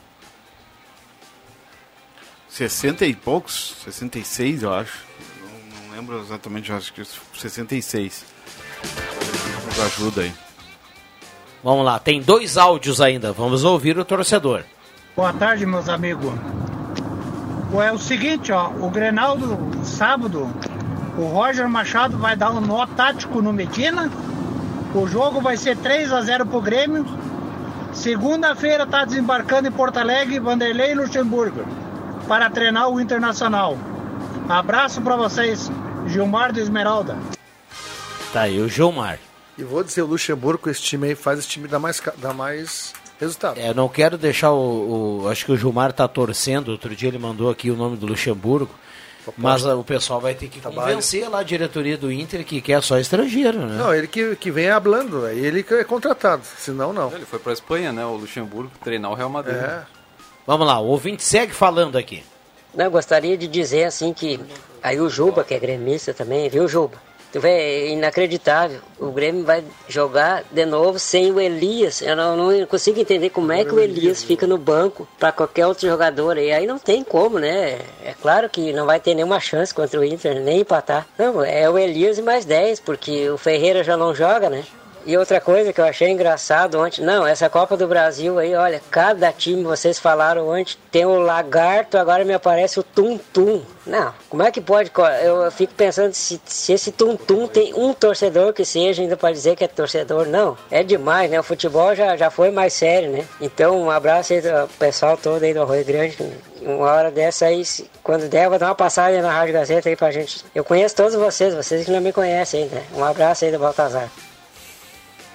sessenta e poucos, sessenta e seis, eu acho. Não, não lembro exatamente, eu acho que sessenta e seis. Nos ajuda aí. Vamos lá, tem dois áudios ainda, vamos ouvir o torcedor. Boa tarde, meus amigos. É o seguinte, ó, o Grenal do sábado, o Roger Machado vai dar um nó tático no Medina, o jogo vai ser três a zero pro Grêmio, segunda-feira tá desembarcando em Porto Alegre, Vanderlei Luxemburgo, para treinar o Internacional. Abraço pra vocês, Gilmar do Esmeralda. Tá aí o Gilmar. E vou dizer, o Luxemburgo com esse time aí faz esse time dar mais... Dar mais... resultado. É, não quero deixar o, o... Acho que o Gilmar tá torcendo. Outro dia ele mandou aqui o nome do Luxemburgo. Mas a, o pessoal vai ter que Trabalho. convencer lá a diretoria do Inter que quer só estrangeiro, né? Não, ele que, que vem hablando. Ele que é contratado. Senão, não. Ele foi pra Espanha, né? O Luxemburgo treinar o Real Madrid. É. Vamos lá, o ouvinte segue falando aqui. Não, eu gostaria de dizer assim que... Aí o Juba, que é gremista também, viu, Juba? Tu vê, é inacreditável. O Grêmio vai jogar de novo sem o Elias. Eu não, não consigo entender como é que o Elias fica no banco para qualquer outro jogador. E aí não tem como, né? É claro que não vai ter nenhuma chance contra o Inter, nem empatar. Não, é o Elias e mais dez, porque o Ferreira já não joga, né? E outra coisa que eu achei engraçado ontem, não, essa Copa do Brasil aí, olha, cada time, vocês falaram ontem, tem o Lagarto, agora me aparece o Tum Tum. Não, como é que pode? Eu fico pensando se, se esse Tum Tum tem um torcedor que seja, ainda para dizer que é torcedor. Não, é demais, né? O futebol já, já foi mais sério, né? Então, um abraço aí do pessoal todo aí do Arroio Grande. Uma hora dessa aí, quando der, eu vou dar uma passagem na Rádio Gazeta aí pra gente. Eu conheço todos vocês, vocês que não me conhecem ainda. Um abraço aí do Baltazar.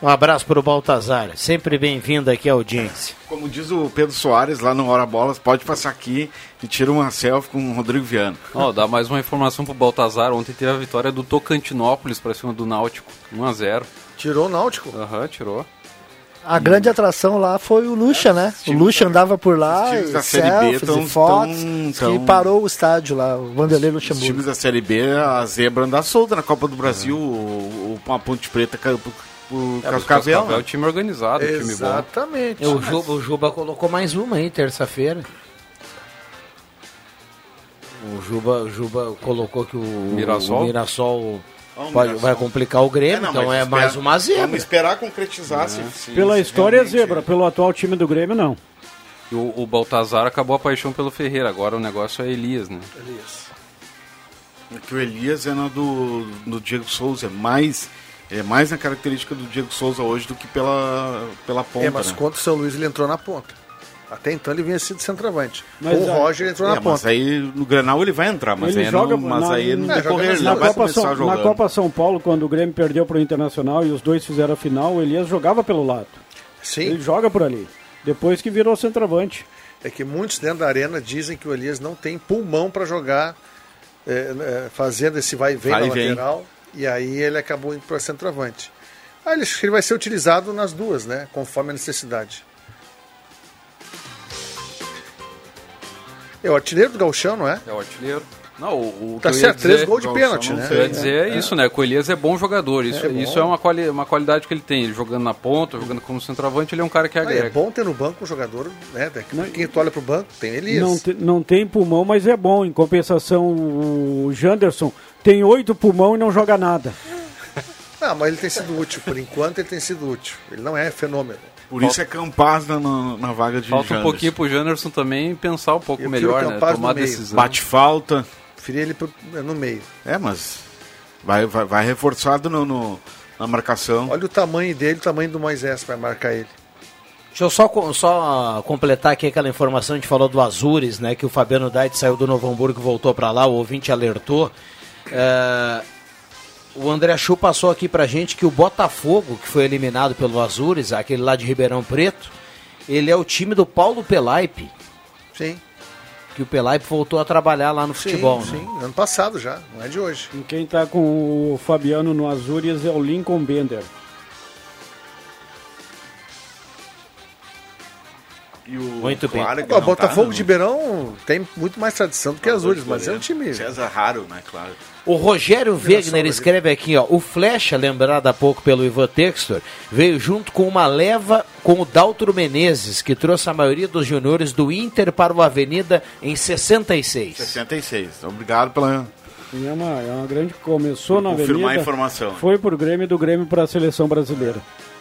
Um abraço para o Baltazar, sempre bem-vindo aqui à audiência. Como diz o Pedro Soares lá no Hora Bolas, pode passar aqui e tira uma selfie com o Rodrigo Viana. Oh, dá mais uma informação pro Baltazar. Ontem teve a vitória do Tocantinópolis para cima do Náutico, um a zero. Tirou o Náutico? Aham, uhum, tirou. A grande atração lá foi o Lucha, né? O Lucha andava por lá, e selfies e fotos, que parou o estádio lá, o Vanderlei Luxemburgo. Os times da Série B, a zebra anda solta na Copa do Brasil, uhum. o, o, a Ponte Preta caiu pro, pro é, Cascavel. É o time organizado, o time bom. Exatamente. O Juba, o Juba colocou mais uma aí, terça-feira. O Juba, o Juba colocou que o Mirassol, o Mirassol pode, vai complicar o Grêmio, é, não, então é espera, mais uma zebra. Vamos esperar concretizar. É. Se, se, Pela se história realmente... é zebra, pelo atual time do Grêmio não. E o, o Baltazar acabou a paixão pelo Ferreira, agora o negócio é Elias, né? Elias. É que o Elias é no do, do Diego Souza, mais, é mais na característica do Diego Souza hoje do que pela, pela ponta. É, mas né? contra o São Luís ele entrou na ponta. Até então ele vinha sido centroavante. Mas, o Roger entrou é, na ponta. Mas aí no Granal ele vai entrar, mas ele aí joga, não, mas na, aí no na, decorrer ele na, não vai Copa começar São, jogando. Na Copa São Paulo, quando o Grêmio perdeu para o Internacional e os dois fizeram a final, o Elias jogava pelo lado. Sim. Ele joga por ali. Depois que virou centroavante. É que muitos dentro da arena dizem que o Elias não tem pulmão para jogar é, é, fazendo esse vai e vem vai na vem. lateral, e aí ele acabou indo para centroavante. Aí ele, ele vai ser utilizado nas duas, né, conforme a necessidade. É o artilheiro do Gauchão, não é? É o artilheiro. Não, o, o tá certo, três gols de pênalti, né? Eu ia dizer é, é isso, né? Que o Elias é bom jogador. Isso é, isso é uma, quali uma qualidade que ele tem. Ele jogando na ponta, jogando como centroavante, ele é um cara que agrega. É bom ter no banco um jogador, né? Quem tu olha pro banco, tem Elias. Não, te, não tem pulmão, mas é bom. Em compensação, o Janderson tem oito pulmão e não joga nada. Não, mas ele tem sido útil. Por enquanto ele tem sido útil. Ele não é fenômeno. Por Falta... isso é Campaz na, na, na vaga de Falta Janderson. um pouquinho pro Janderson também pensar um pouco eu melhor, né? Tomar decisão. Bate falta. Preferi ele pro, no meio. É, mas vai, vai, vai reforçado no, no, na marcação. Olha o tamanho dele, o tamanho do Moisés para marcar ele. Deixa eu só, só completar aqui aquela informação, a gente falou do Azures, né? Que o Fabiano Dait saiu do Novo Hamburgo e voltou para lá, o ouvinte alertou. É... O André Chu passou aqui pra gente que o Botafogo, que foi eliminado pelo Azures, aquele lá de Ribeirão Preto, ele é o time do Paulo Pelaipe. Sim. Que o Pelaipe voltou a trabalhar lá no sim, futebol. Sim, né? ano passado já, não é de hoje. E quem tá com o Fabiano no Azures é o Lincoln Bender. E o muito bem. Claro, o Botafogo tá, de Ribeirão tem muito mais tradição do que Azures, mas é um time... César raro, né? Claro. O Rogério Wegner escreve aqui, ó, o Flecha, lembrado há pouco pelo Ivan Textor, veio junto com uma leva com o Daltro Menezes, que trouxe a maioria dos juniores do Inter para o Avenida em sessenta e seis. sessenta e seis. Obrigado pela... É uma, é uma grande... Começou na Avenida... Confirmar a informação. Foi pro Grêmio, do Grêmio para a Seleção Brasileira.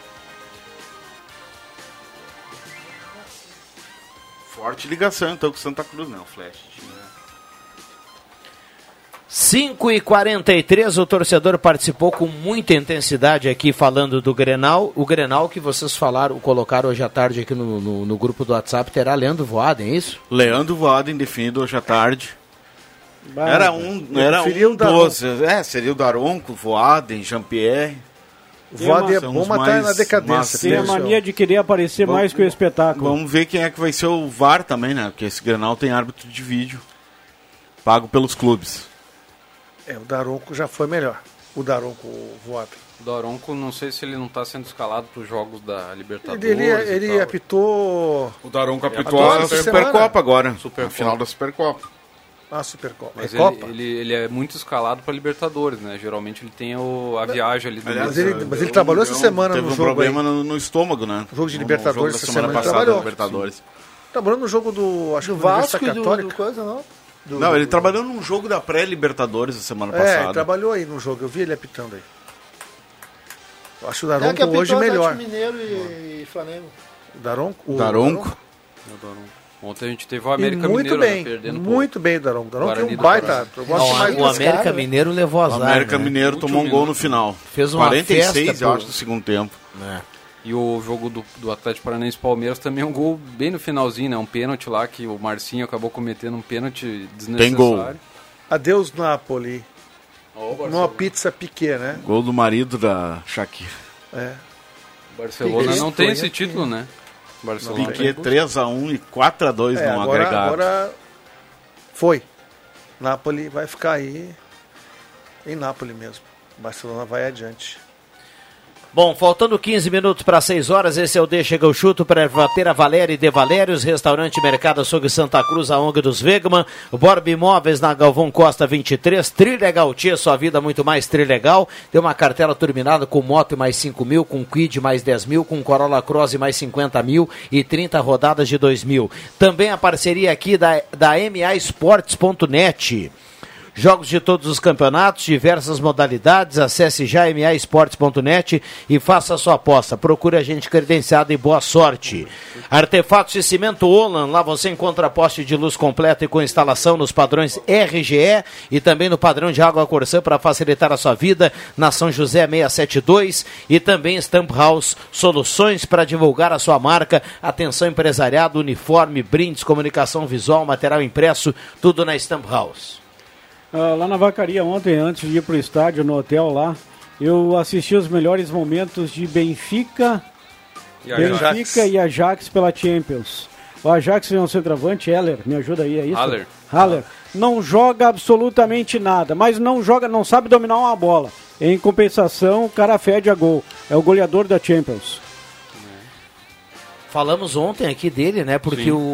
Forte ligação, então, com Santa Cruz, não, Flash. cinco e quarenta e três, o torcedor participou com muita intensidade aqui falando do Grenal. O Grenal que vocês falaram, colocaram hoje à tarde aqui no, no, no grupo do WhatsApp, terá Leandro Voaden, é isso? Leandro Voaden definido hoje à tarde. Bah, era um, era um dos... É, seria o Daronco, Voaden, Jean-Pierre. O Voaden é bom, mas tá na decadência. Tem a mania de querer aparecer vamos, mais que o espetáculo. Vamos ver quem é que vai ser o V A R também, né? Porque esse Grenal tem árbitro de vídeo pago pelos clubes. É, o Daronco já foi melhor. O Daronco, o Voaden. O Daronco, não sei se ele não está sendo escalado para os jogos da Libertadores. Ele, ele, ele apitou... O Daronco apitou a Supercopa agora. Supercopa. No final da Supercopa. Ah, Supercopa. Mas é ele, Copa? Ele, ele é muito escalado para Libertadores, né? Geralmente ele tem o, a viagem ali do Aliás, mas, ele, mas ele trabalhou essa semana teve no um jogo. Teve um problema no, no estômago, né? No jogo de Libertadores no essa semana, semana passada. Trabalhou. Libertadores. Trabalhou no jogo do. Acho do que Vasco e do, Católica. do coisa, não? Do, não, ele do... trabalhou num jogo da pré-Libertadores a semana é, passada. É, trabalhou aí no jogo. Eu vi ele apitando aí. Eu acho o é Daronco é hoje melhor. Mineiro e, e Flamengo. O Daronco? O Daronco? O Daronco. Ontem a gente teve o América muito Mineiro bem, né, perdendo muito bem o Daronco. O Daronco é um baita. Eu gosto não, mais o América cara, Mineiro levou azar. O América né? Mineiro tomou um gol no final. Fez uma quarenta e seis, festa eu por... acho, do segundo tempo. É. E o jogo do, do Atlético Paranaense Palmeiras também é um gol bem no finalzinho, né? Um pênalti lá que o Marcinho acabou cometendo um pênalti desnecessário. Tem gol. Adeus, Napoli. Oh, numa pizza piquê, né? Gol do marido da Shakira. É. Barcelona não tem esse título, né? Barcelona Piquet três a um e quatro a dois é, no agora, agregado. Agora foi. Napoli vai ficar aí em Nápoles mesmo. Barcelona vai adiante. Bom, faltando quinze minutos para seis horas, esse é o Deixa que eu chuto para Ervatera Valéria e De Valérios, Restaurante Mercado Açougue Santa Cruz, a ONG dos Wegman, Borba Imóveis na Galvão Costa vinte e três, Trilegal Tia, sua vida muito mais Trilegal, tem uma cartela turbinada com moto mais cinco mil, com Quid mais dez mil, com Corolla Cross mais cinquenta mil e trinta rodadas de dois mil. Também a parceria aqui da, da M A Esportes ponto net. Jogos de todos os campeonatos, diversas modalidades, acesse já m a esportes ponto net e faça a sua aposta. Procure a gente credenciado e boa sorte. Artefatos de cimento Olan, lá você encontra poste de luz completa e com instalação nos padrões R G E e também no padrão de água Corsã para facilitar a sua vida, na São José seiscentos e setenta e dois e também Stamp House, soluções para divulgar a sua marca, atenção empresariado, uniforme, brindes, comunicação visual, material impresso, tudo na Stamp House. Uh, lá na Vacaria ontem, antes de ir para o estádio, no hotel lá, eu assisti os melhores momentos de Benfica e Benfica Ajax. e Ajax pela Champions. O Ajax é um centroavante, Heller, me ajuda aí, é isso? Haller. Haller. Não joga absolutamente nada, mas não joga, não sabe dominar uma bola. Em compensação, o cara fede a gol. É o goleador da Champions. Falamos ontem aqui dele, né? Porque o,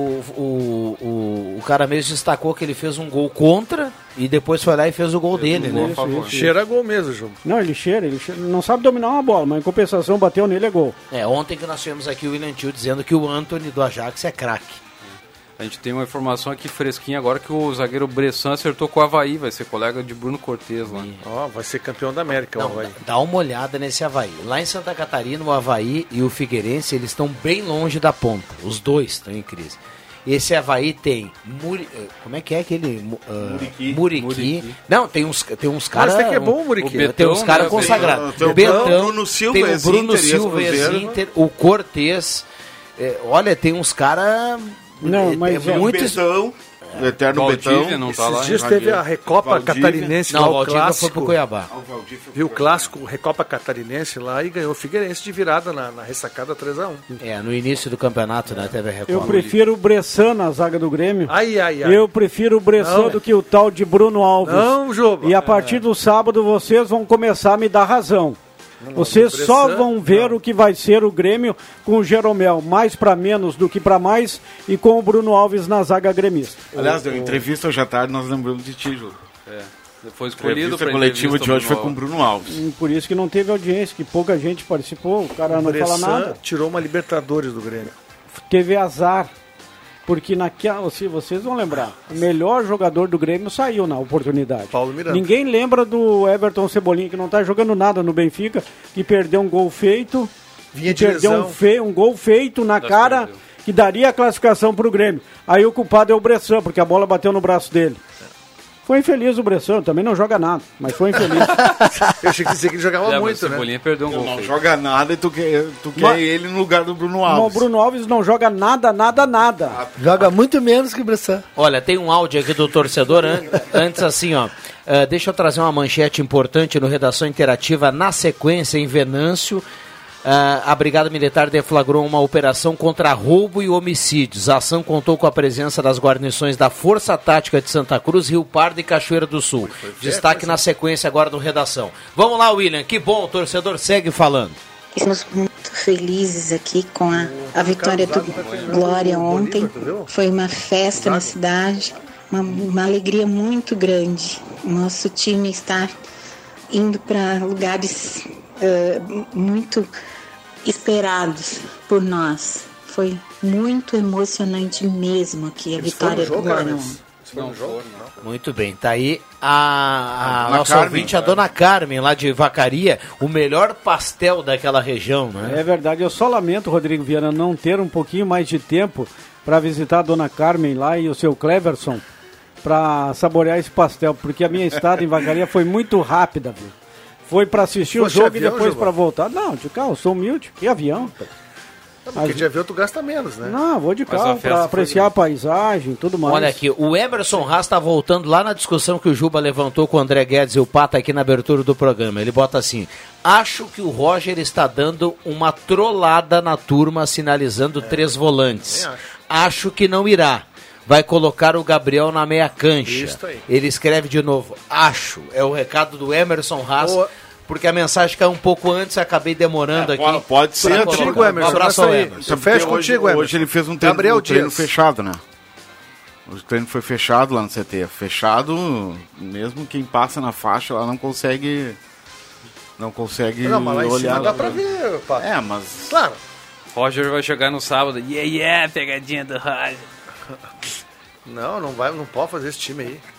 o, o, o cara mesmo destacou que ele fez um gol contra e depois foi lá e fez o gol fez dele, um né? Gol isso, cheira gol mesmo, João. Não, ele cheira, ele cheira, não sabe dominar uma bola, mas em compensação bateu nele é gol. É, ontem que nós tivemos aqui o William Tio dizendo que o Antony do Ajax é craque. A gente tem uma informação aqui fresquinha agora que o zagueiro Bressan acertou com o Avaí, vai ser colega de Bruno Cortez lá. Ó, oh, vai ser campeão da América Não, o Avaí. Dá uma olhada nesse Avaí. Lá em Santa Catarina, o Avaí e o Figueirense, eles estão bem longe da ponta. Os dois estão em crise. Esse Avaí tem Muri... como é que é aquele uh, Muriqui. Muriqui. Muriqui. Não, tem uns tem uns caras. Mas tem que é bom o Muriqui. Betão, tem uns caras né? consagrados. Tem o Betão, Bruno Silva, tem o Bruno Silva, Inter, o Cortez. É, olha, tem uns caras. Não, mas é muito Betão, o eterno Valdívia Betão. Não tá Esses lá, dias teve a Recopa Valdívia. Catarinense Não, lá, o o Valdívia clássico. foi pro Cuiabá. Viu o clássico Recopa Catarinense lá e ganhou o Figueirense de virada na, na ressacada três a um. É, no início do campeonato, né, teve a Recopa. Eu prefiro o Bressan na zaga do Grêmio. Ai, ai, ai. Eu prefiro o Bressan do que o tal de Bruno Alves. Não, Juba. E a partir do sábado vocês vão começar a me dar razão. Vocês só vão ver o que vai ser o Grêmio com o Jeromel, mais para menos do que para mais, e com o Bruno Alves na zaga gremista. Aliás, deu entrevista hoje à tarde, nós lembramos de ti, Ju. É, foi escolhido para a coletiva de hoje foi com o Bruno Alves. E por isso que não teve audiência, que pouca gente participou, o cara o não Bressan fala nada. Tirou uma Libertadores do Grêmio. Teve azar. Porque naquela, se vocês vão lembrar, o melhor jogador do Grêmio saiu na oportunidade. Paulo Miranda. Ninguém lembra do Everton Cebolinha, que não está jogando nada no Benfica, que perdeu um gol feito, Vinha de perdeu lesão. um, fe, um gol feito na Das cara, perdeu. que daria a classificação para o Grêmio. Aí o culpado é o Bressan, porque a bola bateu no braço dele. Foi infeliz o Bressan, também não joga nada, mas foi infeliz. Eu achei que dizer que ele jogava é, muito, né? Cebolinha perdeu um Não, gol. não feito. joga nada e tu quer, tu quer Mas- ele no lugar do Bruno Alves. Não, o Bruno Alves não joga nada, nada, nada. Joga muito menos que o Bressan. Olha, tem um áudio aqui do torcedor, an- antes assim, ó. Uh, deixa eu trazer uma manchete importante no Redação Interativa. Na sequência, em Venâncio, uh, a Brigada Militar deflagrou uma operação contra roubo e homicídios. A ação contou com a presença das guarnições da Força Tática de Santa Cruz, Rio Pardo e Cachoeira do Sul. Destaque na sequência agora do Redação. Vamos lá, William. Que bom, o torcedor segue falando. Estamos muito felizes aqui com a, a vitória do Glória ontem. Foi uma festa na cidade, uma, uma alegria muito grande. Nosso time está indo para lugares uh, muito esperados por nós. Foi muito emocionante mesmo aqui a vitória do Glória ontem. Não, jogo, Muito bem, tá aí a, a Dona nossa Carmen, ouvinte, a cara. Dona Carmen, lá de Vacaria, o melhor pastel daquela região, né? É verdade, eu só lamento, Rodrigo Viana, não ter um pouquinho mais de tempo para visitar a Dona Carmen lá e o seu Cleverson para saborear esse pastel, porque a minha estada em Vacaria foi muito rápida, viu? Foi para assistir Fosse o jogo avião, e depois Gilmar? para voltar. Não, de carro, eu sou humilde. E avião? É porque a gente já vê, tu gasta menos, né? Não, vou de carro para apreciar a paisagem, tudo mais. Olha aqui, o Emerson Haas está voltando lá na discussão que o Juba levantou com o André Guedes e o Pata aqui na abertura do programa. Ele bota assim: acho que o Roger está dando uma trollada na turma, sinalizando é, três volantes. Acho. acho que não irá. Vai colocar o Gabriel na meia cancha. Ele escreve de novo, acho. É o recado do Emerson Haas. Boa. Porque a mensagem caiu um pouco antes, acabei demorando é, aqui. Pode ser. Contigo, Emerson. Um abraço ao Emerson. Fecha contigo, Emerson. Hoje ele fez um treino, Gabriel um treino fechado, né? O treino foi fechado lá no C T. Fechado, mesmo quem passa na faixa lá não consegue... Não consegue não, mas lá olhar. Em cima dá pra ver, Pato. É, mas... Claro. Roger vai chegar no sábado. Yeah, yeah, pegadinha do Roger. Não, não vai, não pode fazer esse time aí.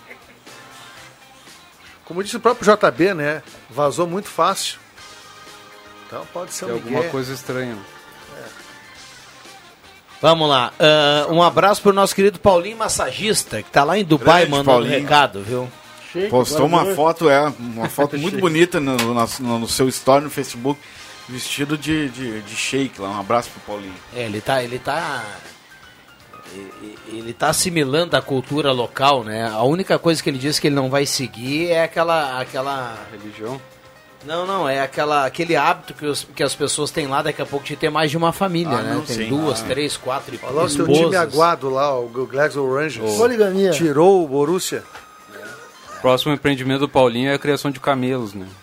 Como disse o próprio J B, né? Vazou muito fácil. Então pode ser um alguma Miguel. Coisa estranha. É. Vamos lá. Uh, um abraço pro nosso querido Paulinho Massagista, que tá lá em Dubai, Grande mandando um recado, viu? Chique, postou uma foto, é, uma foto muito bonita no, no, no seu story no Facebook, vestido de, de, de shake lá. Um abraço pro Paulinho. É, ele tá... Ele tá... Ele está assimilando a cultura local, né? A única coisa que ele diz que ele não vai seguir é aquela... aquela... religião? Não, não, é aquela, aquele hábito que, os, que as pessoas têm lá daqui a pouco de ter mais de uma família, ah, né? Não, Tem sim. duas, ah, três, quatro esposas. Olha o seu time aguado lá, o Glasgow Rangers. Poligamia. Tirou o Borussia. O próximo empreendimento do Paulinho é a criação de camelos, né?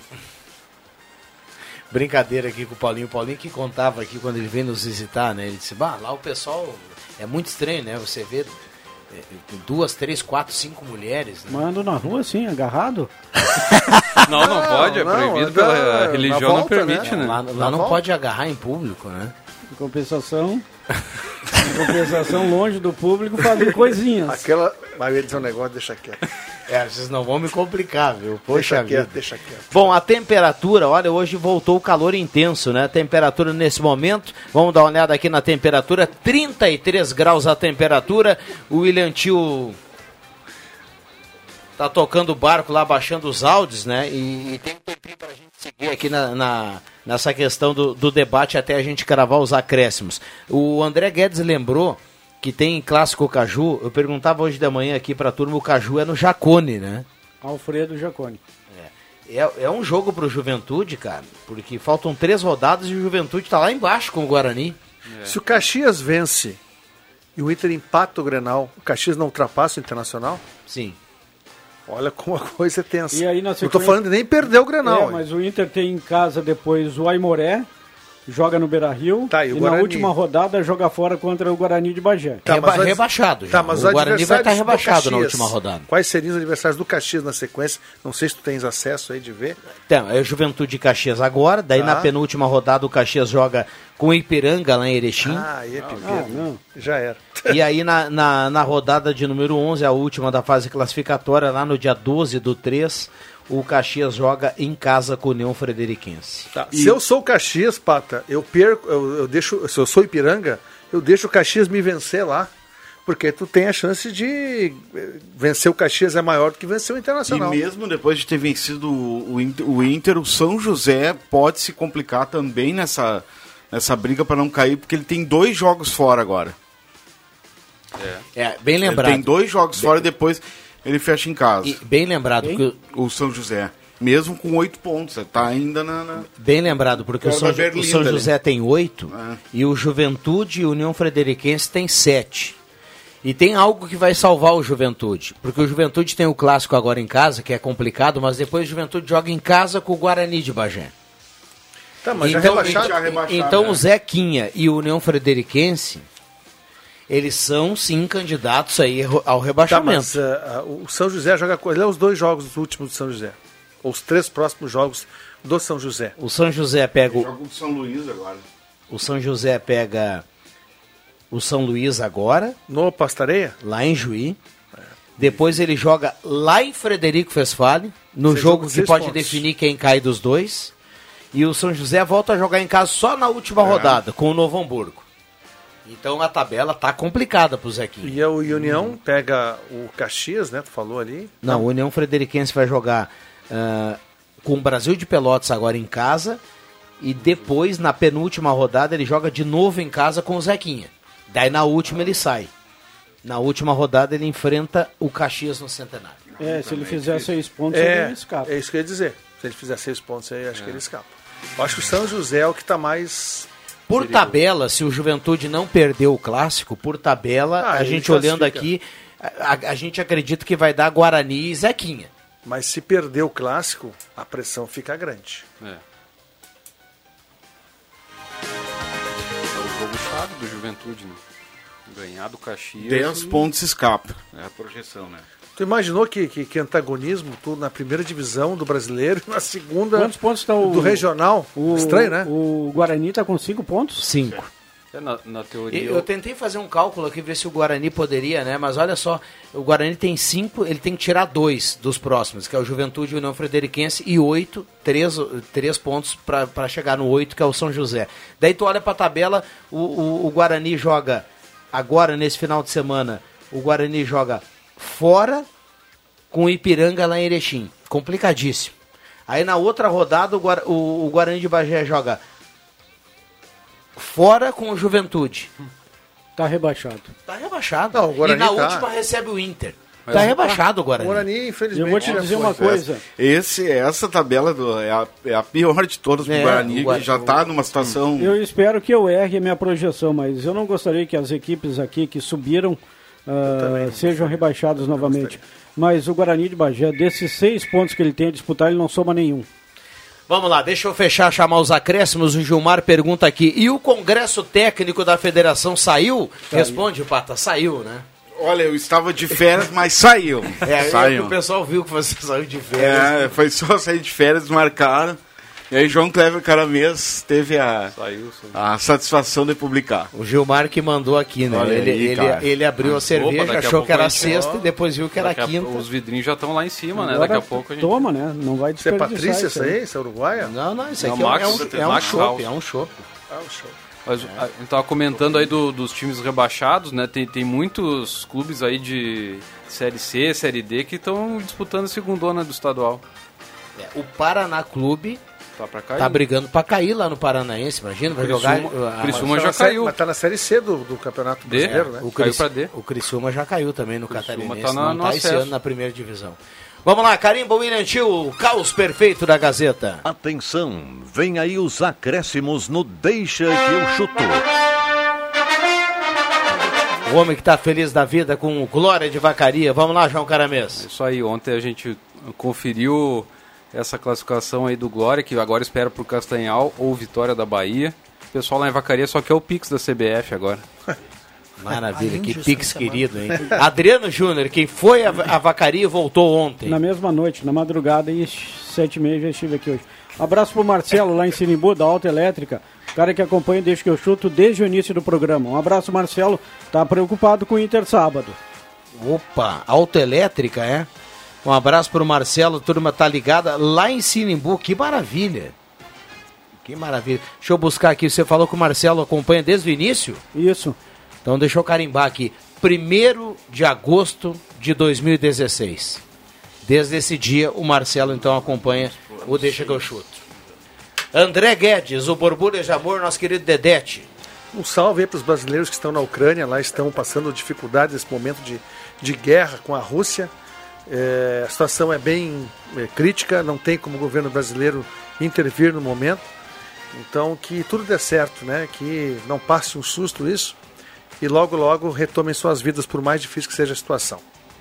Brincadeira aqui com o Paulinho. O Paulinho que contava aqui quando ele veio nos visitar, né? Ele disse, bah, lá o pessoal... É muito estranho, né? Você vê duas, três, quatro, cinco mulheres. Né? Mando na rua, assim, agarrado? Não, não pode, é proibido não, pela religião, volta, não permite, né? né? Lá, lá não volta. Pode agarrar em público, né? Em compensação, em compensação, longe do público, fazer coisinhas. Aquela, mas ele diz um negócio, deixa quieto. É, vocês não vão me complicar, viu? Poxa deixa vida. Quieto, deixa quieto. Bom, a temperatura, olha, hoje voltou o calor intenso, né? A temperatura nesse momento, vamos dar uma olhada aqui na temperatura, trinta e três graus a temperatura. O William Tio tá tocando o barco lá, baixando os áudios, né? E, e tem um tempinho pra gente seguir aqui na, na, nessa questão do, do debate até a gente cravar os acréscimos. O André Guedes lembrou que tem clássico Caju. Eu perguntava hoje da manhã aqui pra turma, o Caju é no Jacone, né? Alfredo Jacone. É, é, é um jogo pro Juventude, cara, porque faltam três rodadas e o Juventude tá lá embaixo com o Guarani. É. Se o Caxias vence e o Inter empata o Grenal, o Caxias não ultrapassa o Internacional? Sim. Olha como a coisa é tensa. E aí, na sequência... Não tô falando de nem perder o Grenal. É, mas o Inter tem em casa depois o Aimoré, joga no Beira-Rio, tá, e, e na última rodada joga fora contra o Guarani de Bagé. Tá, Reba mas rebaixado já. Tá, mas o Guarani vai estar tá rebaixado na última rodada. Quais seriam os adversários do Caxias na sequência? Não sei se tu tens acesso aí de ver. Então, é o Juventude e Caxias agora, daí tá. Na penúltima rodada o Caxias joga com o Ipiranga lá em Erechim. Ah, aí é ah, não. Já era. E aí na, na, na rodada de número onze, a última da fase classificatória, lá no dia doze do três, o Caxias joga em casa com o União Frederiquense. Tá. E... Se eu sou o Caxias, Pata, eu perco, eu, eu deixo, se eu sou Ipiranga, eu deixo o Caxias me vencer lá. Porque tu tem a chance de vencer o Caxias é maior do que vencer o Internacional. E mesmo depois de ter vencido o, o Inter, o São José pode se complicar também nessa, nessa briga para não cair, porque ele tem dois jogos fora agora. É, é bem lembrado. Ele tem dois jogos bem... fora e depois ele fecha em casa. E bem lembrado. Porque... O São José. Mesmo com oito pontos, está ainda na, na... Bem lembrado, porque o São, o São José tem oito é. E o Juventude e o União Frederiquense tem sete. E tem algo que vai salvar o Juventude, porque o Juventude tem o clássico agora em casa, que é complicado, mas depois o Juventude joga em casa com o Guarani de Bagé. Tá, mas então, já rebaixado, então, já rebaixado, então né? O Zequinha e o União Frederiquense, eles são sim candidatos aí ao rebaixamento. Tá, mas uh, uh, o São José joga com os dois jogos últimos do São José, ou os três próximos jogos do São José. O São José pega o... Joga o São Luís agora. O São José pega o São Luís agora. No Pastareia? Lá em Juí. É. Depois ele joga lá em Frederico Westphalen, no Você jogo que pode pontos. definir quem cai dos dois. E o São José volta a jogar em casa só na última é. rodada, com o Novo Hamburgo. Então a tabela tá complicada pro Zequinha. E o União hum. pega o Caxias, né? Tu falou ali. Não, Não. o União Frederiquense vai jogar uh, com o Brasil de Pelotas agora em casa. e depois, na penúltima rodada, ele joga de novo em casa com o Zequinha. Daí na última ele sai. Na última rodada ele enfrenta o Caxias no Centenário. É, se ele fizer seis pontos, É, ele escapa. é isso que eu ia dizer. Se ele fizer seis pontos aí, acho que ele escapa. Eu acho que o São José é o que está mais... Por perigoso. tabela, se o Juventude não perdeu o clássico, por tabela, Ah, a ele gente olhando classifica. aqui, a, a gente acredita que vai dar Guarani e Zequinha. Mas se perder o clássico, a pressão fica grande. É. É o jogo chave do Juventude, né? Ganhar do Caxias. dez e... pontos escapa. É a projeção, né? Tu imaginou que, que, que antagonismo tu na primeira divisão do brasileiro e na segunda Quantos pontos está o... do regional? O, Estranho, né? O Guarani está com cinco pontos? Cinco. É, na, na teoria... Eu, eu tentei fazer um cálculo aqui, ver se o Guarani poderia, né? Mas olha só, o Guarani tem cinco, ele tem que tirar dois dos próximos, que é o Juventude e o União Frederiquense, e oito, três, três pontos para chegar no oito, que é o São José. Daí tu olha para a tabela, o, o, o Guarani joga, agora nesse final de semana, o Guarani joga fora com o Ipiranga lá em Erechim. Complicadíssimo. Aí na outra rodada, o, Guar, o, o Guarani de Bagé joga fora com o Juventude. Tá rebaixado. Tá rebaixado. Não, o Guarani e na tá. última recebe o Inter. Mas tá rebaixado o Guarani. O Guarani, infelizmente... Eu vou te dizer uma coisa. Esse, essa tabela do, é, a, é a pior de todas pro É, Guarani, o Guarani- que já está numa situação... Eu espero que eu erre a minha projeção, mas eu não gostaria que as equipes aqui que subiram ah, sejam rebaixadas novamente. Mas o Guarani de Bagé, desses seis pontos que ele tem a disputar, ele não soma nenhum. Vamos lá, deixa eu fechar, chamar os acréscimos. O Gilmar pergunta aqui, e o Congresso Técnico da Federação saiu? Saiu. Responde, Pata, saiu, né? Olha, eu estava de férias, mas saiu. É, saiu. o pessoal viu que você saiu de férias. É, foi só sair de férias, marcaram. E aí João Cleber Caramês teve a, Saiu, saiu. a satisfação de publicar. O Gilmar que mandou aqui, né? Olha Ele, aí, ele, cara. ele abriu a cerveja, Opa, daqui a achou pouco que era a gente- sexta e depois viu que era Daqui a- quinta. Os vidrinhos já estão lá em cima, né? Agora Daqui a pouco a gente... Toma, né? Não vai Isso é desperdiçar Patrícia, isso aí? Isso é uruguaia? Não, não, isso Não, aqui é um- Max- é um, é um Max chopp, House. é um chopp. Ah, o show. Mas a gente tava comentando aí do- dos times rebaixados, né? Tem, tem muitos clubes aí de Série C, Série D que estão disputando a segundona do estadual. É, o Paraná Clube Tá pra cair. tá brigando pra cair lá no Paranaense, imagina, vai Criciúma- jogar... Criciúma Mas já tá na série- caiu. Mas tá na Série C do, do Campeonato D? Brasileiro, né? O, Caiu Cris, pra D. o Criciúma já caiu também no Criciúma Catarinense, tá na- não no tá esse acesso. ano na primeira divisão. Vamos lá, Carimba William Tio, o caos perfeito da Gazeta. Atenção, vem aí os acréscimos no Deixa que eu chuto. O homem que tá feliz da vida com o Glória de Vacaria. Vamos lá, João Caramês. Isso aí, ontem a gente conferiu essa classificação aí do Glória, que agora espera pro Castanhal ou Vitória da Bahia. O pessoal lá em Vacaria só quer o Pix da C B F agora. Maravilha, que pix querido, hein? Adriano Júnior, quem foi a, a Vacaria voltou ontem. Na mesma noite, na madrugada, e sete e meia já estive aqui hoje. Abraço pro Marcelo, lá em Sinimbu, da Alta Elétrica. Cara que acompanha desde que eu chuto, desde o início do programa. Um abraço, Marcelo. Tá preocupado com o Inter sábado. Opa, autoelétrica, é? Um abraço pro Marcelo, a turma tá ligada lá em Sinimbu, que maravilha. Que maravilha. Deixa eu buscar aqui, você falou que o Marcelo acompanha desde o início? Isso. Então deixa eu carimbar aqui. primeiro de agosto de dois mil e dezesseis. Desde esse dia, o Marcelo então acompanha o Deixa que eu chuto. André Guedes, o Borbulha de Amor, nosso querido Dedete. Um salve aí para os brasileiros que estão na Ucrânia, lá estão passando dificuldades nesse momento de, de guerra com a Rússia. É, a situação é bem é, crítica, não tem como o governo brasileiro intervir no momento. Então que tudo dê certo, né? Que não passe um susto isso e logo logo retomem suas vidas, por mais difícil que seja a situação.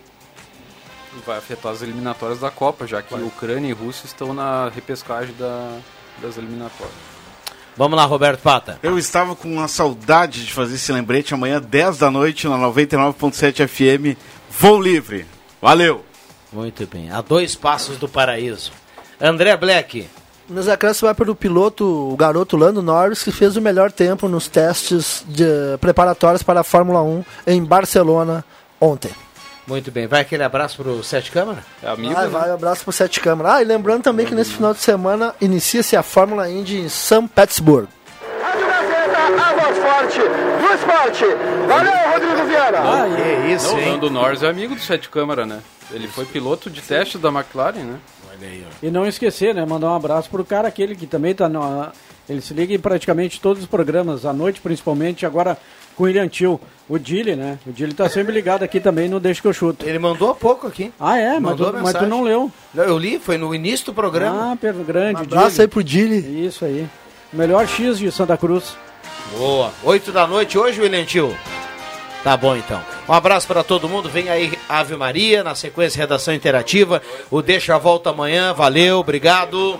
Vai afetar as eliminatórias da Copa, já que Ucrânia e Rússia estão na repescagem da, das eliminatórias. Vamos lá, Roberto Pata. Eu estava com uma saudade de fazer esse lembrete. Amanhã, dez da noite, na noventa e nove ponto sete F M, voo livre. Valeu! Muito bem, a dois passos do paraíso. André Black. Meus acréscimos vai para o piloto, o garoto Lando Norris, que fez o melhor tempo nos testes de, preparatórios para a Fórmula um em Barcelona ontem. Muito bem, vai aquele abraço pro Sete Câmara? É amigo, Vai, né? vai, um abraço pro Sete Câmara. Ah, e lembrando também que nesse final de semana inicia-se a Fórmula Indy em São Petersburgo. Rádio Gazeta, a voz forte do esporte. Valeu, Rodrigo Vieira. Ah, que isso, Não, o hein? Lando Norris é amigo do Sete Câmara, né? Ele foi piloto de teste da McLaren, né? Veio. E não esquecer, né? Mandar um abraço pro cara aquele que também tá no... Ele se liga em praticamente todos os programas, à noite principalmente, agora com o William Tio. O Dili, né? O Dili tá sempre ligado aqui também no Deixa que eu chuto. Ele mandou há pouco aqui. Ah, é? Mandou Mas, tu, mas tu não leu. Eu li, foi no início do programa. Ah, Pedro Grande. Um abraço aí pro Dili. Isso aí. O melhor X de Santa Cruz. Boa. Oito da noite hoje, William Tio. Tá bom, então. Um abraço para todo mundo. Vem aí Ave Maria, na sequência Redação Interativa. O Deixa a Volta amanhã. Valeu, obrigado.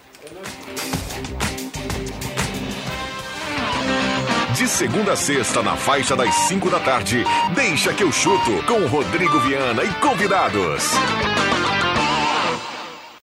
De segunda a sexta, na faixa das cinco da tarde, Deixa que eu chuto, com Rodrigo Viana e convidados.